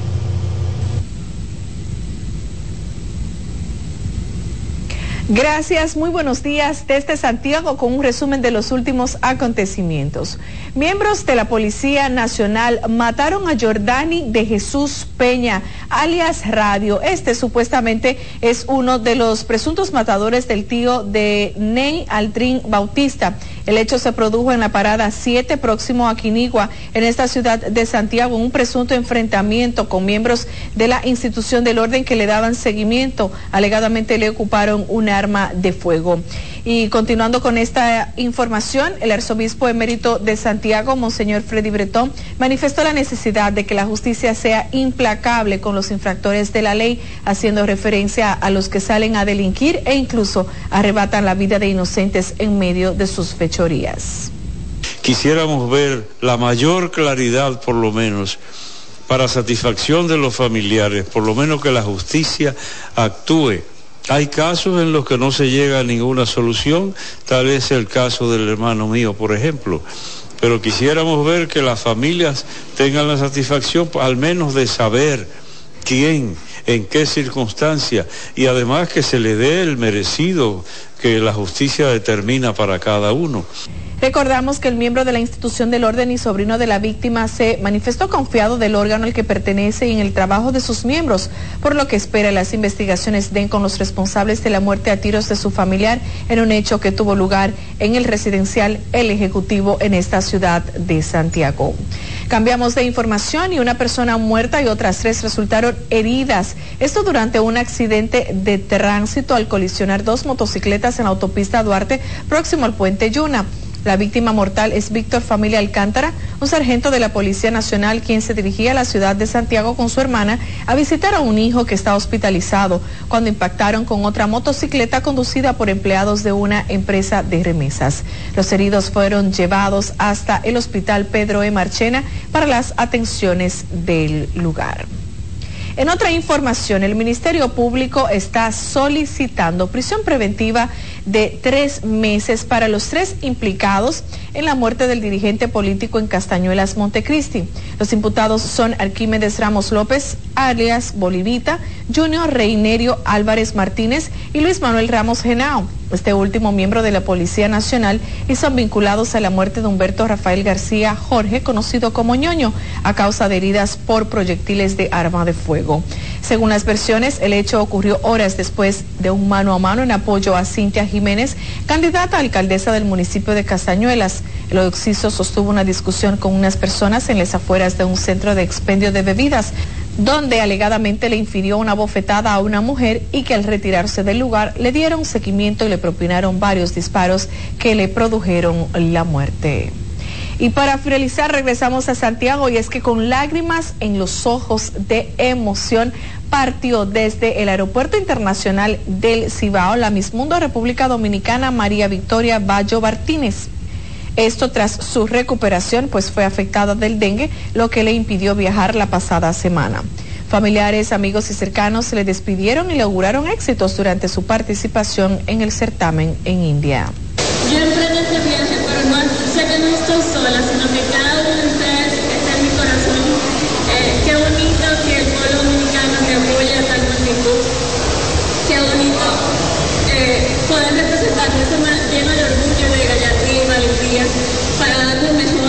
Gracias, muy buenos días desde Santiago con un resumen de los últimos acontecimientos. Miembros de la Policía Nacional mataron a Jordani de Jesús Peña, alias Radio. Este supuestamente es uno de los presuntos matadores del tío de Ney Aldrin Bautista. El hecho se produjo en la parada 7 próximo a Quinigua, en esta ciudad de Santiago, en un presunto enfrentamiento con miembros de la institución del orden que le daban seguimiento. Alegadamente le ocuparon una arma de fuego. Y continuando con esta información, el arzobispo emérito de Santiago, Monseñor Freddy Bretón, manifestó la necesidad de que la justicia sea implacable con los infractores de la ley, haciendo referencia a los que salen a delinquir e incluso arrebatan la vida de inocentes en medio de sus fechorías. Quisiéramos ver la mayor claridad, por lo menos, para satisfacción de los familiares, por lo menos que la justicia actúe. Hay casos en los que no se llega a ninguna solución, tal es el caso del hermano mío, por ejemplo. Pero quisiéramos ver que las familias tengan la satisfacción al menos de saber quién, en qué circunstancia, y además que se le dé el merecido que la justicia determina para cada uno. Recordamos que el miembro de la institución del orden y sobrino de la víctima se manifestó confiado del órgano al que pertenece y en el trabajo de sus miembros, por lo que espera las investigaciones den con los responsables de la muerte a tiros de su familiar en un hecho que tuvo lugar en el residencial El Ejecutivo en esta ciudad de Santiago. Cambiamos de información y una persona muerta y otras 3 resultaron heridas. Esto durante un accidente de tránsito al colisionar 2 motocicletas en la autopista Duarte próximo al puente Yuna. La víctima mortal es Víctor Familia Alcántara, un sargento de la Policía Nacional quien se dirigía a la ciudad de Santiago con su hermana a visitar a un hijo que está hospitalizado cuando impactaron con otra motocicleta conducida por empleados de una empresa de remesas. Los heridos fueron llevados hasta el Hospital Pedro E. Marchena para las atenciones del lugar. En otra información, el Ministerio Público está solicitando prisión preventiva de 3 meses para los 3 implicados en la muerte del dirigente político en Castañuelas, Montecristi. Los imputados son Arquímedes Ramos López, alias Bolivita, Junior Reinerio Álvarez Martínez y Luis Manuel Ramos Genao. Este último miembro de la Policía Nacional y son vinculados a la muerte de Humberto Rafael García Jorge, conocido como Ñoño, a causa de heridas por proyectiles de arma de fuego. Según las versiones, el hecho ocurrió horas después de un mano a mano en apoyo a Cintia Jiménez, candidata a alcaldesa del municipio de Castañuelas. El occiso sostuvo una discusión con unas personas en las afueras de un centro de expendio de bebidas, donde alegadamente le infirió una bofetada a una mujer y que al retirarse del lugar le dieron seguimiento y le propinaron varios disparos que le produjeron la muerte. Y para finalizar regresamos a Santiago y es que con lágrimas en los ojos de emoción partió desde el Aeropuerto Internacional del Cibao la Miss Mundo República Dominicana María Victoria Bayo Martínez. Esto tras su recuperación, pues fue afectada del dengue, lo que le impidió viajar la pasada semana. Familiares, amigos y cercanos se le despidieron y le auguraron éxitos durante su participación en el certamen en India. Yo emprendí este viaje, pero no sé que no estoy sola, sino que cada uno de ustedes está en mi corazón. Qué bonito que el pueblo dominicano te apoye a tal magnitud. Qué bonito poder representarme. Eso me llena de orgullo, de gallardía y valentía para dar lo mejor.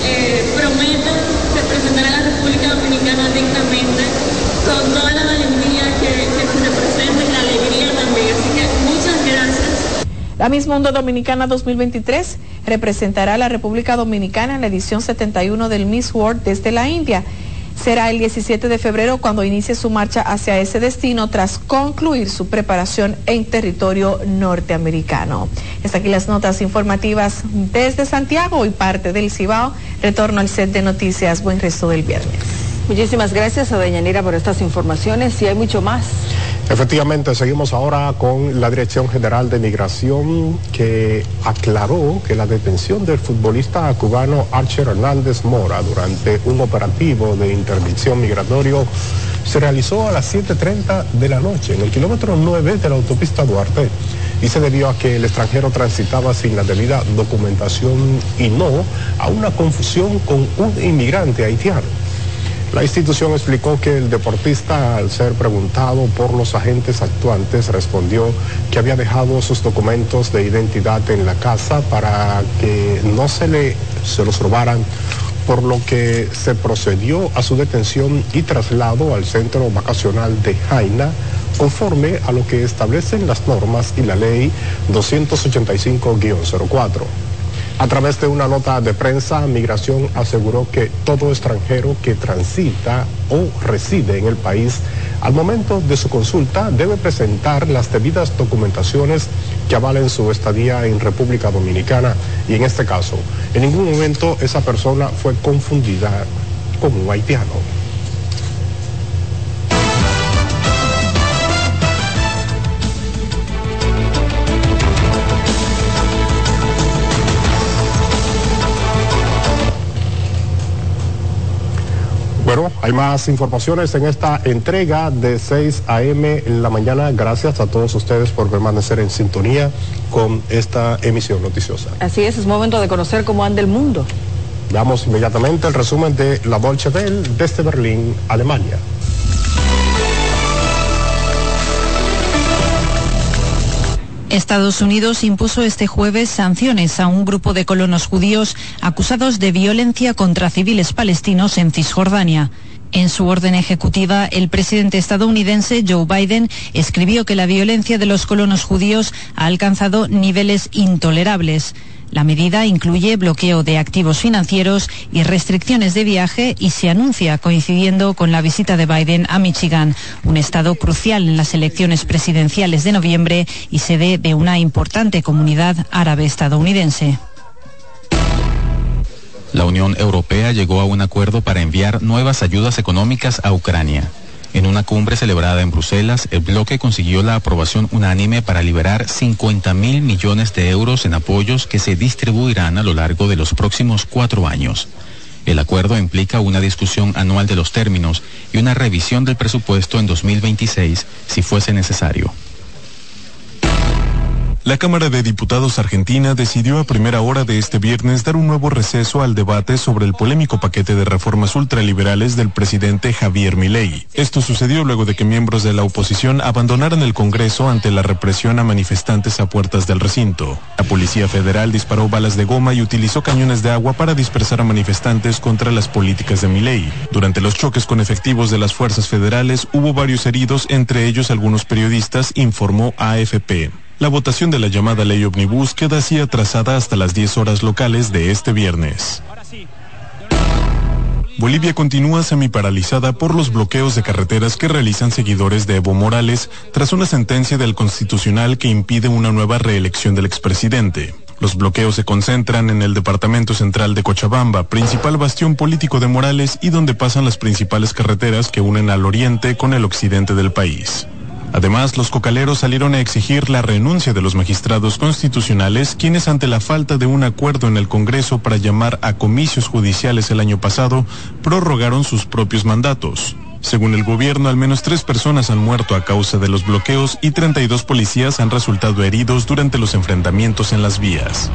Prometo representar a la República Dominicana dignamente, con toda la valentía que se representa y la alegría también. Así que muchas gracias. La Miss Mundo Dominicana 2023 representará a la República Dominicana en la edición 71 del Miss World desde la India. Será el 17 de febrero cuando inicie su marcha hacia ese destino tras concluir su preparación en territorio norteamericano. Hasta aquí las notas informativas desde Santiago y parte del Cibao. Retorno al set de noticias. Buen resto del viernes. Muchísimas gracias a Deyanira por estas informaciones y hay mucho más. Efectivamente, seguimos ahora con la Dirección General de Migración que aclaró que la detención del futbolista cubano Archer Hernández Mora durante un operativo de interdicción migratorio se realizó a las 7:30 de la noche en el kilómetro 9 de la autopista Duarte. y se debió a que el extranjero transitaba sin la debida documentación y no a una confusión con un inmigrante haitiano. La institución explicó que el deportista, al ser preguntado por los agentes actuantes, respondió que había dejado sus documentos de identidad en la casa para que no se los robaran, por lo que se procedió a su detención y traslado al centro vacacional de Jaina, conforme a lo que establecen las normas y la ley 285-04. A través de una nota de prensa, Migración aseguró que todo extranjero que transita o reside en el país, al momento de su consulta, debe presentar las debidas documentaciones que avalen su estadía en República Dominicana, y en este caso, en ningún momento esa persona fue confundida con un haitiano. Bueno, hay más informaciones en esta entrega de 6 a.m. en la mañana. Gracias a todos ustedes por permanecer en sintonía con esta emisión noticiosa. Así es momento de conocer cómo anda el mundo. Veamos inmediatamente el resumen de la Deutsche Welle desde Berlín, Alemania. Estados Unidos impuso este jueves sanciones a un grupo de colonos judíos acusados de violencia contra civiles palestinos en Cisjordania. En su orden ejecutiva, el presidente estadounidense Joe Biden escribió que la violencia de los colonos judíos ha alcanzado niveles intolerables. La medida incluye bloqueo de activos financieros y restricciones de viaje y se anuncia coincidiendo con la visita de Biden a Michigan, un estado crucial en las elecciones presidenciales de noviembre y sede de una importante comunidad árabe estadounidense. La Unión Europea llegó a un acuerdo para enviar nuevas ayudas económicas a Ucrania. En una cumbre celebrada en Bruselas, el bloque consiguió la aprobación unánime para liberar 50.000 millones de euros en apoyos que se distribuirán a lo largo de los próximos 4 años. El acuerdo implica una discusión anual de los términos y una revisión del presupuesto en 2026, si fuese necesario. La Cámara de Diputados argentina decidió a primera hora de este viernes dar un nuevo receso al debate sobre el polémico paquete de reformas ultraliberales del presidente Javier Milei. Esto sucedió luego de que miembros de la oposición abandonaran el Congreso ante la represión a manifestantes a puertas del recinto. La Policía Federal disparó balas de goma y utilizó cañones de agua para dispersar a manifestantes contra las políticas de Milei. Durante los choques con efectivos de las fuerzas federales hubo varios heridos, entre ellos algunos periodistas, informó AFP. La votación de la llamada ley Omnibus queda así atrasada hasta las 10 horas locales de este viernes. Bolivia continúa semiparalizada por los bloqueos de carreteras que realizan seguidores de Evo Morales tras una sentencia del Constitucional que impide una nueva reelección del expresidente. Los bloqueos se concentran en el departamento central de Cochabamba, principal bastión político de Morales y donde pasan las principales carreteras que unen al oriente con el occidente del país. Además, los cocaleros salieron a exigir la renuncia de los magistrados constitucionales, quienes ante la falta de un acuerdo en el Congreso para llamar a comicios judiciales el año pasado, prorrogaron sus propios mandatos. Según el gobierno, al menos 3 personas han muerto a causa de los bloqueos y 32 policías han resultado heridos durante los enfrentamientos en las vías.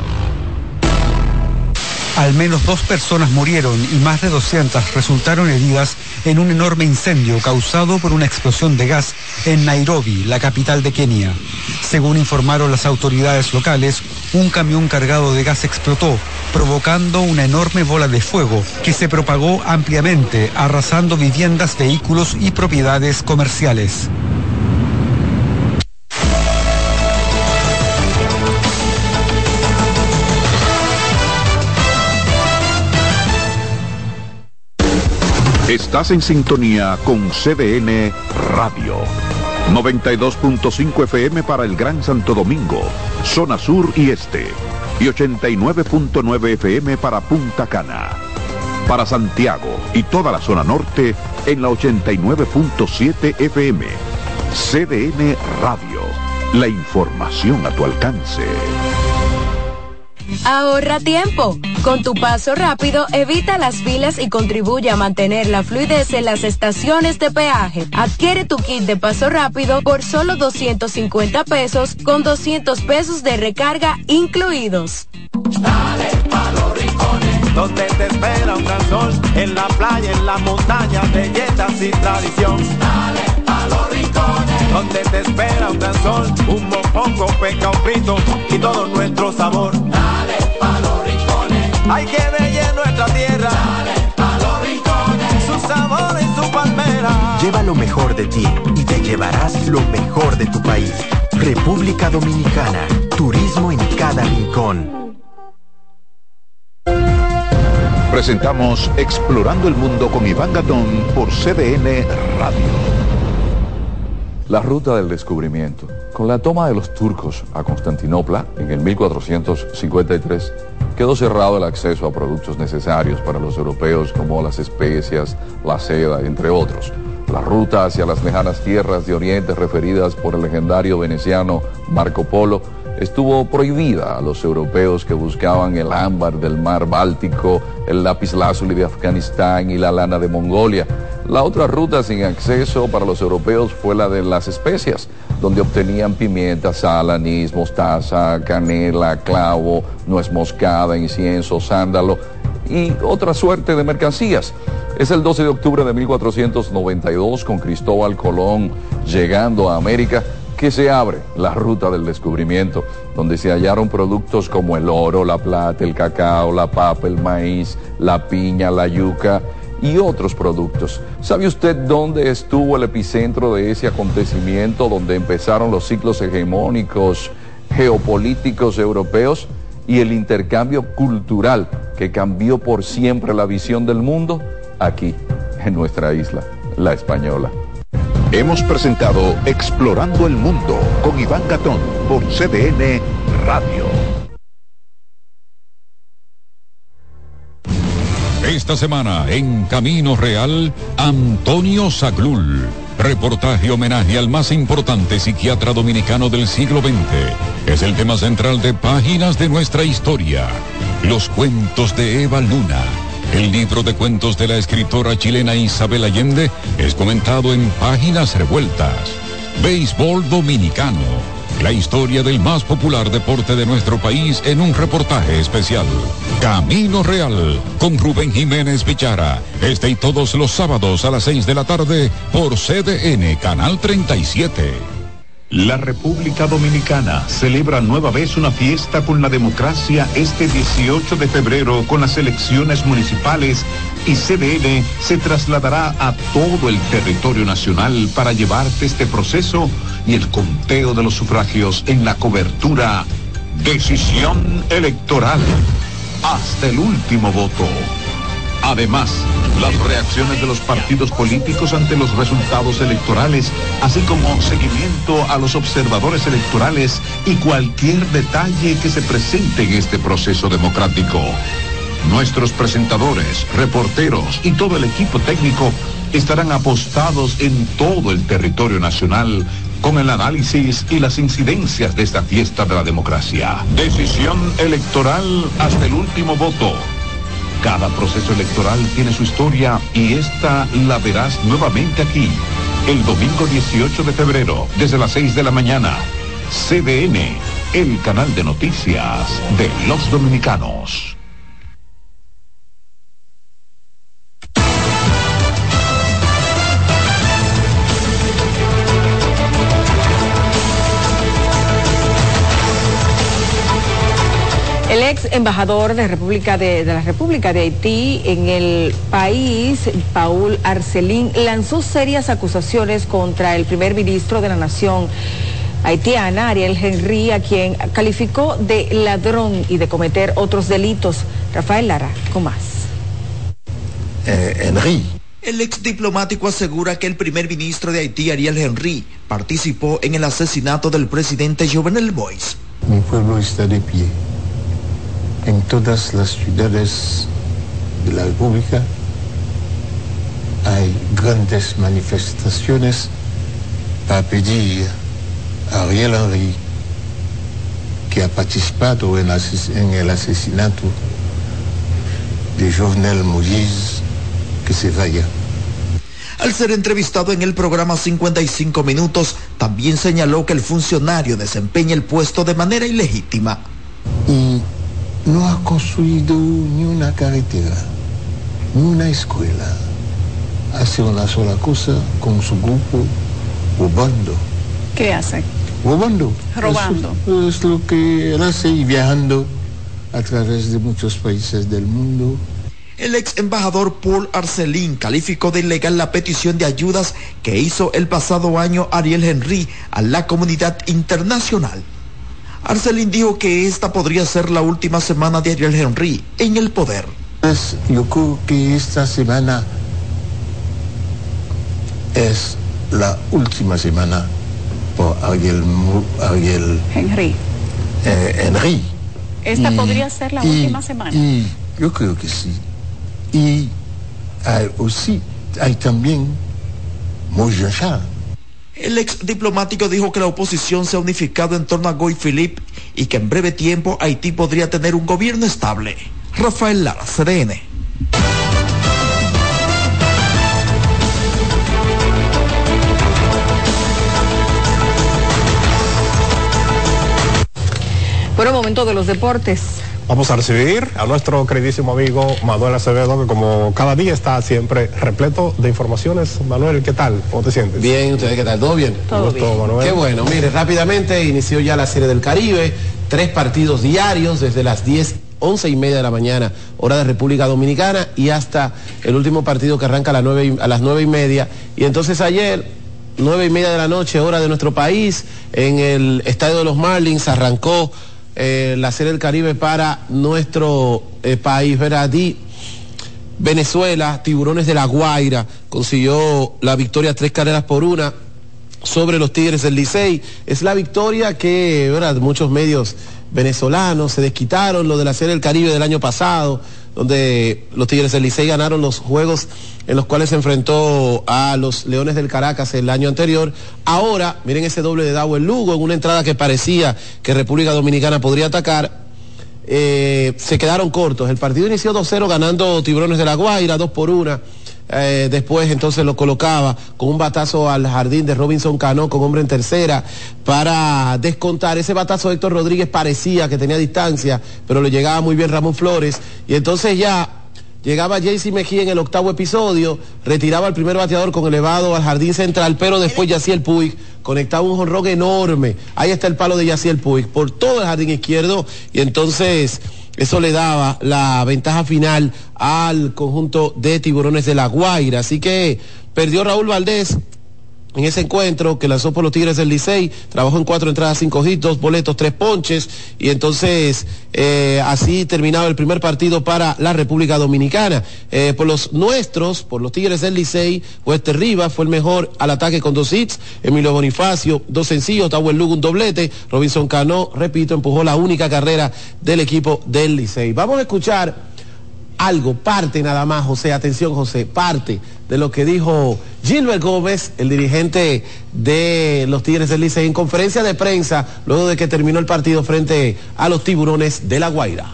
Al menos 2 personas murieron y más de 200 resultaron heridas en un enorme incendio causado por una explosión de gas en Nairobi, la capital de Kenia. Según informaron las autoridades locales, un camión cargado de gas explotó, provocando una enorme bola de fuego que se propagó ampliamente, arrasando viviendas, vehículos y propiedades comerciales. Estás en sintonía con CDN Radio. 92.5 FM para el Gran Santo Domingo, zona sur y este. Y 89.9 FM para Punta Cana. Para Santiago y toda la zona norte en la 89.7 FM. CDN Radio. La información a tu alcance. Ahorra tiempo. Con tu paso rápido, evita las filas y contribuye a mantener la fluidez en las estaciones de peaje. Adquiere tu kit de paso rápido por solo 250 pesos con 200 pesos de recarga incluidos. Dale pa' los rincones, donde te espera un gran sol, en la playa, en la montaña, belletas y tradición. Dale pa' los rincones, donde te espera un gran sol, un mopongo, peca, un frito y todo nuestro sabor. Dale pa' los rincones, hay que ver nuestra tierra. Dale pa' los rincones, su sabor y su palmera. Lleva lo mejor de ti y te llevarás lo mejor de tu país. República Dominicana, turismo en cada rincón. Presentamos Explorando el Mundo con Iván Gatón por CDN Radio. La ruta del descubrimiento. Con la toma de los turcos a Constantinopla en el 1453, quedó cerrado el acceso a productos necesarios para los europeos como las especias, la seda, entre otros. La ruta hacia las lejanas tierras de Oriente referidas por el legendario veneciano Marco Polo estuvo prohibida a los europeos que buscaban el ámbar del mar Báltico, el lapislázuli de Afganistán y la lana de Mongolia. La otra ruta sin acceso para los europeos fue la de las especias, donde obtenían pimienta, sal, anís, mostaza, canela, clavo, nuez moscada, incienso, sándalo y otra suerte de mercancías. Es el 12 de octubre de 1492, con Cristóbal Colón llegando a América, que se abre la ruta del descubrimiento, donde se hallaron productos como el oro, la plata, el cacao, la papa, el maíz, la piña, la yuca y otros productos. ¿Sabe usted dónde estuvo el epicentro de ese acontecimiento, donde empezaron los ciclos hegemónicos geopolíticos europeos y el intercambio cultural que cambió por siempre la visión del mundo? Aquí, en nuestra isla, La Española. Hemos presentado Explorando el Mundo con Iván Gatón por CDN Radio. Esta semana en Camino Real, Antonio Zaglul. Reportaje homenaje al más importante psiquiatra dominicano del siglo XX. Es el tema central de Páginas de Nuestra Historia. Los cuentos de Eva Luna. El libro de cuentos de la escritora chilena Isabel Allende es comentado en Páginas Revueltas. Béisbol dominicano. La historia del más popular deporte de nuestro país en un reportaje especial. Camino Real, con Rubén Jiménez Pichara. Este y todos los sábados a las 6 de la tarde por CDN Canal 37. La República Dominicana celebra nueva vez una fiesta con la democracia este 18 de febrero con las elecciones municipales y CDN se trasladará a todo el territorio nacional para llevarte este proceso y el conteo de los sufragios en la cobertura Decisión Electoral hasta el último voto. Además, las reacciones de los partidos políticos ante los resultados electorales, así como seguimiento a los observadores electorales y cualquier detalle que se presente en este proceso democrático. Nuestros presentadores, reporteros y todo el equipo técnico estarán apostados en todo el territorio nacional con el análisis y las incidencias de esta fiesta de la democracia. Decisión Electoral hasta el último voto. Cada proceso electoral tiene su historia y esta la verás nuevamente aquí, el domingo 18 de febrero, desde las 6 de la mañana. CDN, el canal de noticias de los dominicanos. El ex embajador de la República de Haití en el país, Paul Arcelin, lanzó serias acusaciones contra el primer ministro de la nación haitiana, Ariel Henry, a quien calificó de ladrón y de cometer otros delitos. Rafael Lara, con más. Henry. El ex diplomático asegura que el primer ministro de Haití, Ariel Henry, participó en el asesinato del presidente Jovenel Moïse. Mi pueblo está de pie. En todas las ciudades de la República hay grandes manifestaciones para pedir a Ariel Henry, que ha participado en el asesinato de Jovenel Moïse que se vaya. Al ser entrevistado en el programa 55 Minutos, también señaló que el funcionario desempeña el puesto de manera ilegítima. Y no ha construido ni una carretera, ni una escuela. Hace una sola cosa con su grupo, robando. ¿Qué hace? Robando. Robando. Eso es lo que él hace, y viajando a través de muchos países del mundo. El ex embajador Paul Arcelin calificó de ilegal la petición de ayudas que hizo el pasado año Ariel Henry a la comunidad internacional. Arcelin dijo que esta podría ser la última semana de Ariel Henry en el poder. Yo creo que esta semana es la última semana por Ariel Henry. Henry. ¿Esta podría ser la última semana? Y yo creo que sí. Y hay también Moïse Jean. El ex diplomático dijo que la oposición se ha unificado en torno a Guy Philippe y que en breve tiempo Haití podría tener un gobierno estable. Rafael Lara, CDN. Bueno, momento de los deportes. Vamos a recibir a nuestro queridísimo amigo Manuel Acevedo, que como cada día está siempre repleto de informaciones. Manuel, ¿qué tal? ¿Cómo te sientes? Bien, ¿ustedes qué tal? ¿Todo bien? Todo bien. Manuel. Qué bueno, mire, rápidamente inició ya la Serie del Caribe, 3 partidos diarios desde las 11:30 de la mañana, hora de República Dominicana, y hasta el último partido que arranca a las 9:30. Y entonces ayer, 9:30 de la noche, hora de nuestro país, en el Estadio de los Marlins arrancó la Serie del Caribe para nuestro país, ¿verdad? Y Venezuela, Tiburones de La Guaira, consiguió la victoria 3-1 sobre los Tigres del Licey. Es la victoria que, ¿verdad?, muchos medios venezolanos se desquitaron lo de la Serie del Caribe del año pasado, donde los Tigres del Licey ganaron los juegos en los cuales se enfrentó a los Leones del Caracas el año anterior. Ahora, miren ese doble de Dawel Lugo en una entrada que parecía que República Dominicana podría atacar. Se quedaron cortos. El partido inició 2-0 ganando Tiburones de La Guaira, 2-1. Después entonces lo colocaba con un batazo al jardín de Robinson Cano con hombre en tercera para descontar. Ese batazo de Héctor Rodríguez parecía que tenía distancia, pero le llegaba muy bien Ramón Flores, y entonces ya llegaba Jaycee Mejía en el 8º episodio, retiraba al primer bateador con elevado al jardín central, pero después Yaciel Puig conectaba un jonrón enorme. Ahí está el palo de Yaciel Puig por todo el jardín izquierdo, y entonces eso le daba la ventaja final al conjunto de Tiburones de La Guaira. Así que perdió Raúl Valdés en ese encuentro que lanzó por los Tigres del Licey. Trabajó en 4 entradas, 5 hits, 2 boletos, 3 ponches, y entonces así terminaba el primer partido para la República Dominicana. Por los nuestros, por los Tigres del Licey, Wester Rivas fue el mejor al ataque con 2 hits, Emilio Bonifacio 2 sencillos, Dawel Lugo un doblete, Robinson Cano, repito, empujó la única carrera del equipo del Licey. Vamos a escuchar algo, parte nada más, José, atención José, parte de lo que dijo Gilbert Gómez, el dirigente de los Tigres del Licey, en conferencia de prensa luego de que terminó el partido frente a los Tiburones de La Guaira.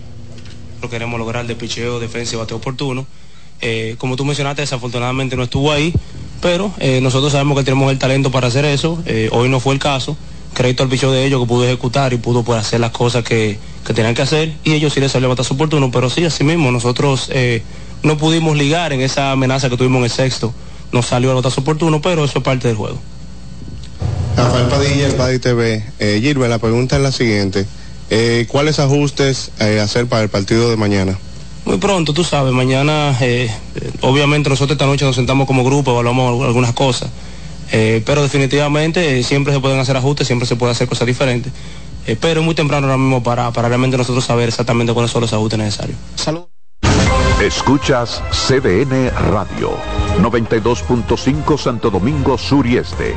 Lo queremos lograr de picheo, defensa y bateo oportuno. Como tú mencionaste, desafortunadamente no estuvo ahí, pero nosotros sabemos que tenemos el talento para hacer eso. Hoy no fue el caso. Crédito al picheo de ellos, que pudo ejecutar y pudo pues, hacer las cosas que tenían que hacer, y ellos sí les salió batazo oportuno, pero sí, así mismo, nosotros no pudimos ligar en esa amenaza que tuvimos en el sexto. Nos salió el batazo oportuno, pero eso es parte del juego. Rafael Padilla, el Paddy TV. Gilbert, la pregunta es la siguiente. ¿Cuáles ajustes hacer para el partido de mañana? Muy pronto, tú sabes, mañana, obviamente nosotros esta noche nos sentamos como grupo, evaluamos algunas cosas. Pero definitivamente siempre se pueden hacer ajustes, siempre se puede hacer cosas diferentes. Pero es muy temprano ahora mismo para realmente nosotros saber exactamente cuáles son los ajustes necesarios. Salud. Escuchas CDN Radio, 92.5 Santo Domingo Sur y Este,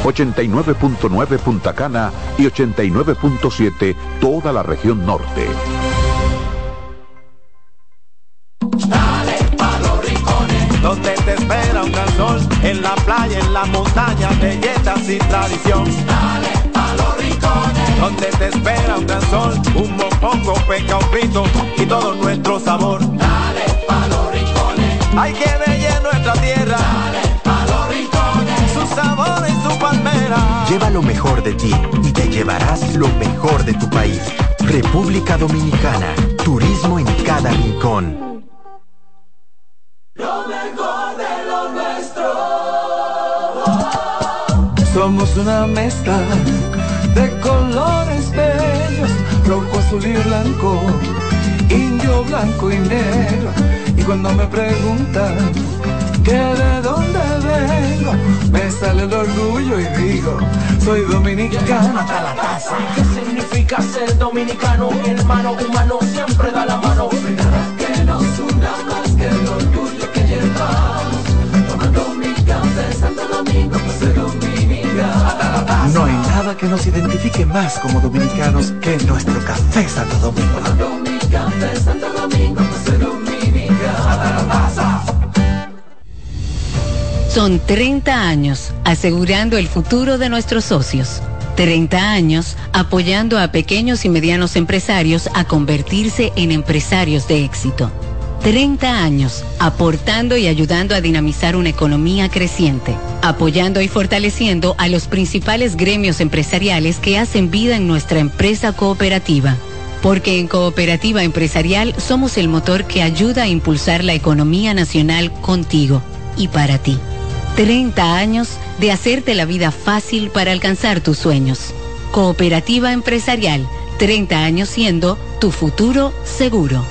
89.9 Punta Cana y 89.7 toda la región norte. Dale pa' los rincones, donde te espera un gran sol, en la playa, en la montaña, belletas y tradición. Dale pa' los rincones, donde te espera un gran sol, un mopongo, peca, un pito y todo nuestro sabor. Dale Ay, qué bella es nuestra tierra. Dale pa' los rincones. Su sabor y su palmera. Lleva lo mejor de ti y te llevarás lo mejor de tu país. República Dominicana. Turismo en cada rincón. Lo mejor de lo nuestro. Somos una mezcla de colores bellos, rojo, azul y blanco, indio, blanco y negro. Y cuando me preguntan que de dónde vengo, me sale el orgullo y digo, soy dominicano hasta la taza. ¿Qué significa ser dominicano? Mi hermano humano siempre da la mano. Nada que nos una más que el orgullo que llevamos. Tomando mi café Santo Domingo, pues soy dominicano hasta la taza. No hay nada que nos identifique más como dominicanos que nuestro café Santo Domingo. Tomando mi café Santo Domingo, pues soy dominicano hasta la taza. Son 30 años asegurando el futuro de nuestros socios. 30 años apoyando a pequeños y medianos empresarios a convertirse en empresarios de éxito. 30 años aportando y ayudando a dinamizar una economía creciente, apoyando y fortaleciendo a los principales gremios empresariales que hacen vida en nuestra empresa cooperativa. Porque en Cooperativa Empresarial somos el motor que ayuda a impulsar la economía nacional contigo y para ti. 30 años de hacerte la vida fácil para alcanzar tus sueños. Cooperativa Empresarial, 30 años siendo tu futuro seguro.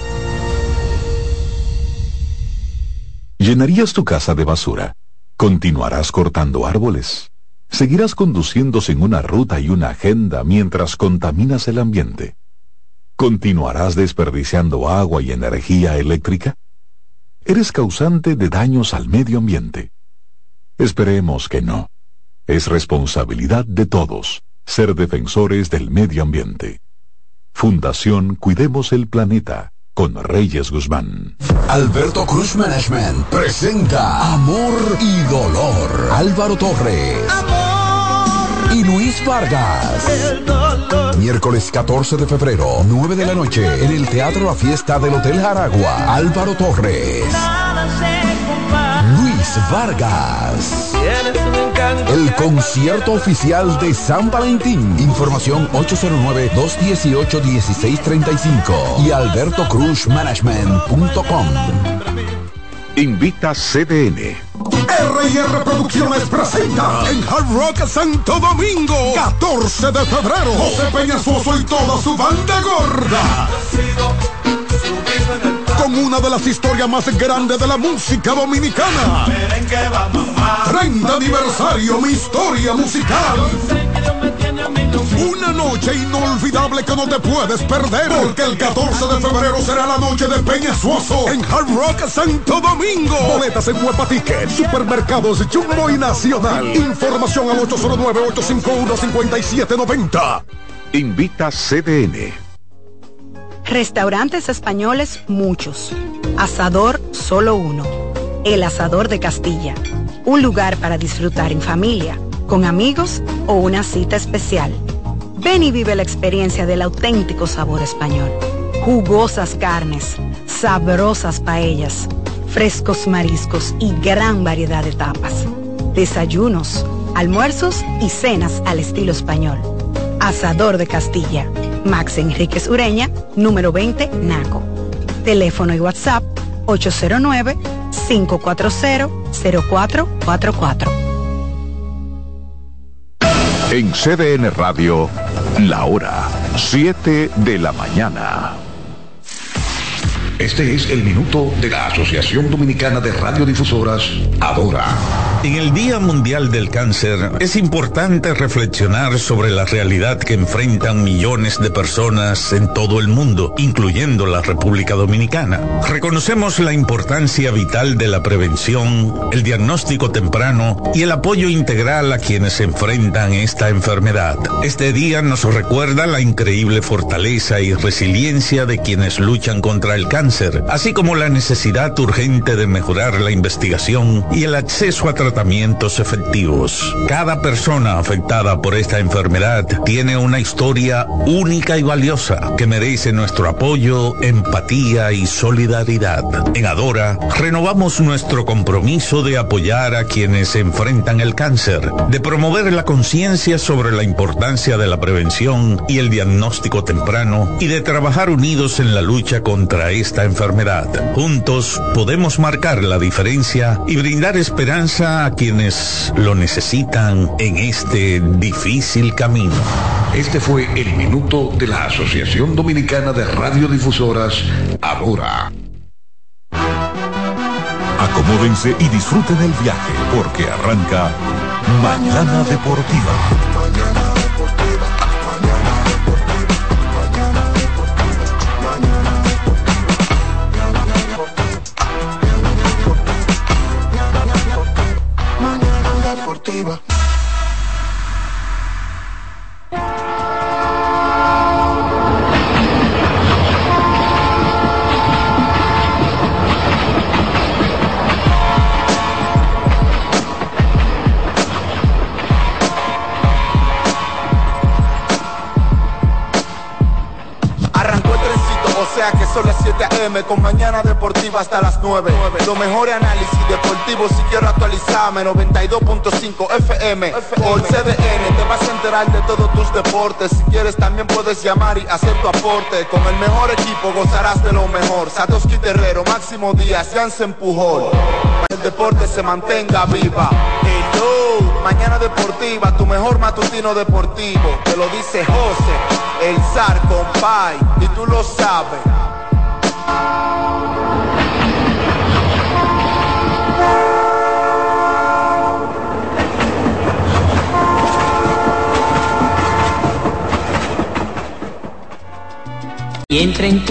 ¿Llenarías tu casa de basura? ¿Continuarás cortando árboles? ¿Seguirás conduciendo sin una ruta y una agenda mientras contaminas el ambiente? ¿Continuarás desperdiciando agua y energía eléctrica? ¿Eres causante de daños al medio ambiente? Esperemos que no. Es responsabilidad de todos ser defensores del medio ambiente. Fundación Cuidemos el Planeta, con Reyes Guzmán. Alberto Cruz Management presenta Amor y Dolor. Álvaro Torres. Amor. Y Luis Vargas. Miércoles 14 de febrero, 9 de la noche, en el Teatro La Fiesta del Hotel Jaragua. Álvaro Torres. Luis Vargas. El concierto oficial de San Valentín. Información 809-218-1635 y albertocruzmanagement.com. Invita CDN. R&R Producciones presenta en Hard Rock Santo Domingo, 14 de febrero, José Peñasoso y toda su banda gorda. Con una de las historias más grandes de la música dominicana. 30 aniversario, mi historia musical. Una noche inolvidable que no te puedes perder, porque el 14 de febrero será la noche de Peñasoso en Hard Rock Santo Domingo. Boletas en Huepa Ticket, Supermercados Jumbo y Nacional. Información al 809-851-5790. Invita CDN. Restaurantes españoles muchos. Asador solo uno. El Asador de Castilla. Un lugar para disfrutar en familia, con amigos o una cita especial. Ven y vive la experiencia del auténtico sabor español. Jugosas carnes, sabrosas paellas, frescos mariscos y gran variedad de tapas. Desayunos, almuerzos y cenas al estilo español. Asador de Castilla. Max Enríquez Ureña, número 20, Naco. Teléfono y WhatsApp 809-540-0444. En CDN Radio, la hora 7 de la mañana. Este es el minuto de la Asociación Dominicana de Radiodifusoras, Adora. En el Día Mundial del Cáncer, es importante reflexionar sobre la realidad que enfrentan millones de personas en todo el mundo, incluyendo la República Dominicana. Reconocemos la importancia vital de la prevención, el diagnóstico temprano y el apoyo integral a quienes enfrentan esta enfermedad. Este día nos recuerda la increíble fortaleza y resiliencia de quienes luchan contra el cáncer cáncer, así como la necesidad urgente de mejorar la investigación y el acceso a tratamientos efectivos. Cada persona afectada por esta enfermedad tiene una historia única y valiosa que merece nuestro apoyo, empatía y solidaridad. En Adora, renovamos nuestro compromiso de apoyar a quienes enfrentan el cáncer, de promover la conciencia sobre la importancia de la prevención y el diagnóstico temprano y de trabajar unidos en la lucha contra esta enfermedad. Juntos podemos marcar la diferencia y brindar esperanza a quienes lo necesitan en este difícil camino. Este fue el minuto de la Asociación Dominicana de Radiodifusoras, Adora. Acomódense y disfruten el viaje, porque arranca Mañana Deportiva. Mañana Deportiva. Que son las 7 a.m. con Mañana Deportiva hasta las 9. Lo mejor análisis deportivo si quiero actualizarme. 92.5 FM por CDN. Te vas a enterar de todos tus deportes. Si quieres también puedes llamar y hacer tu aporte. Con el mejor equipo gozarás de lo mejor. Satoshi Terrero, Máximo Díaz, Jansen Pujol. El deporte se mantenga viva. Hello, Mañana Deportiva, tu mejor matutino deportivo. Te lo dice José, el zar, compay, y tú lo sabes. Y entra en tu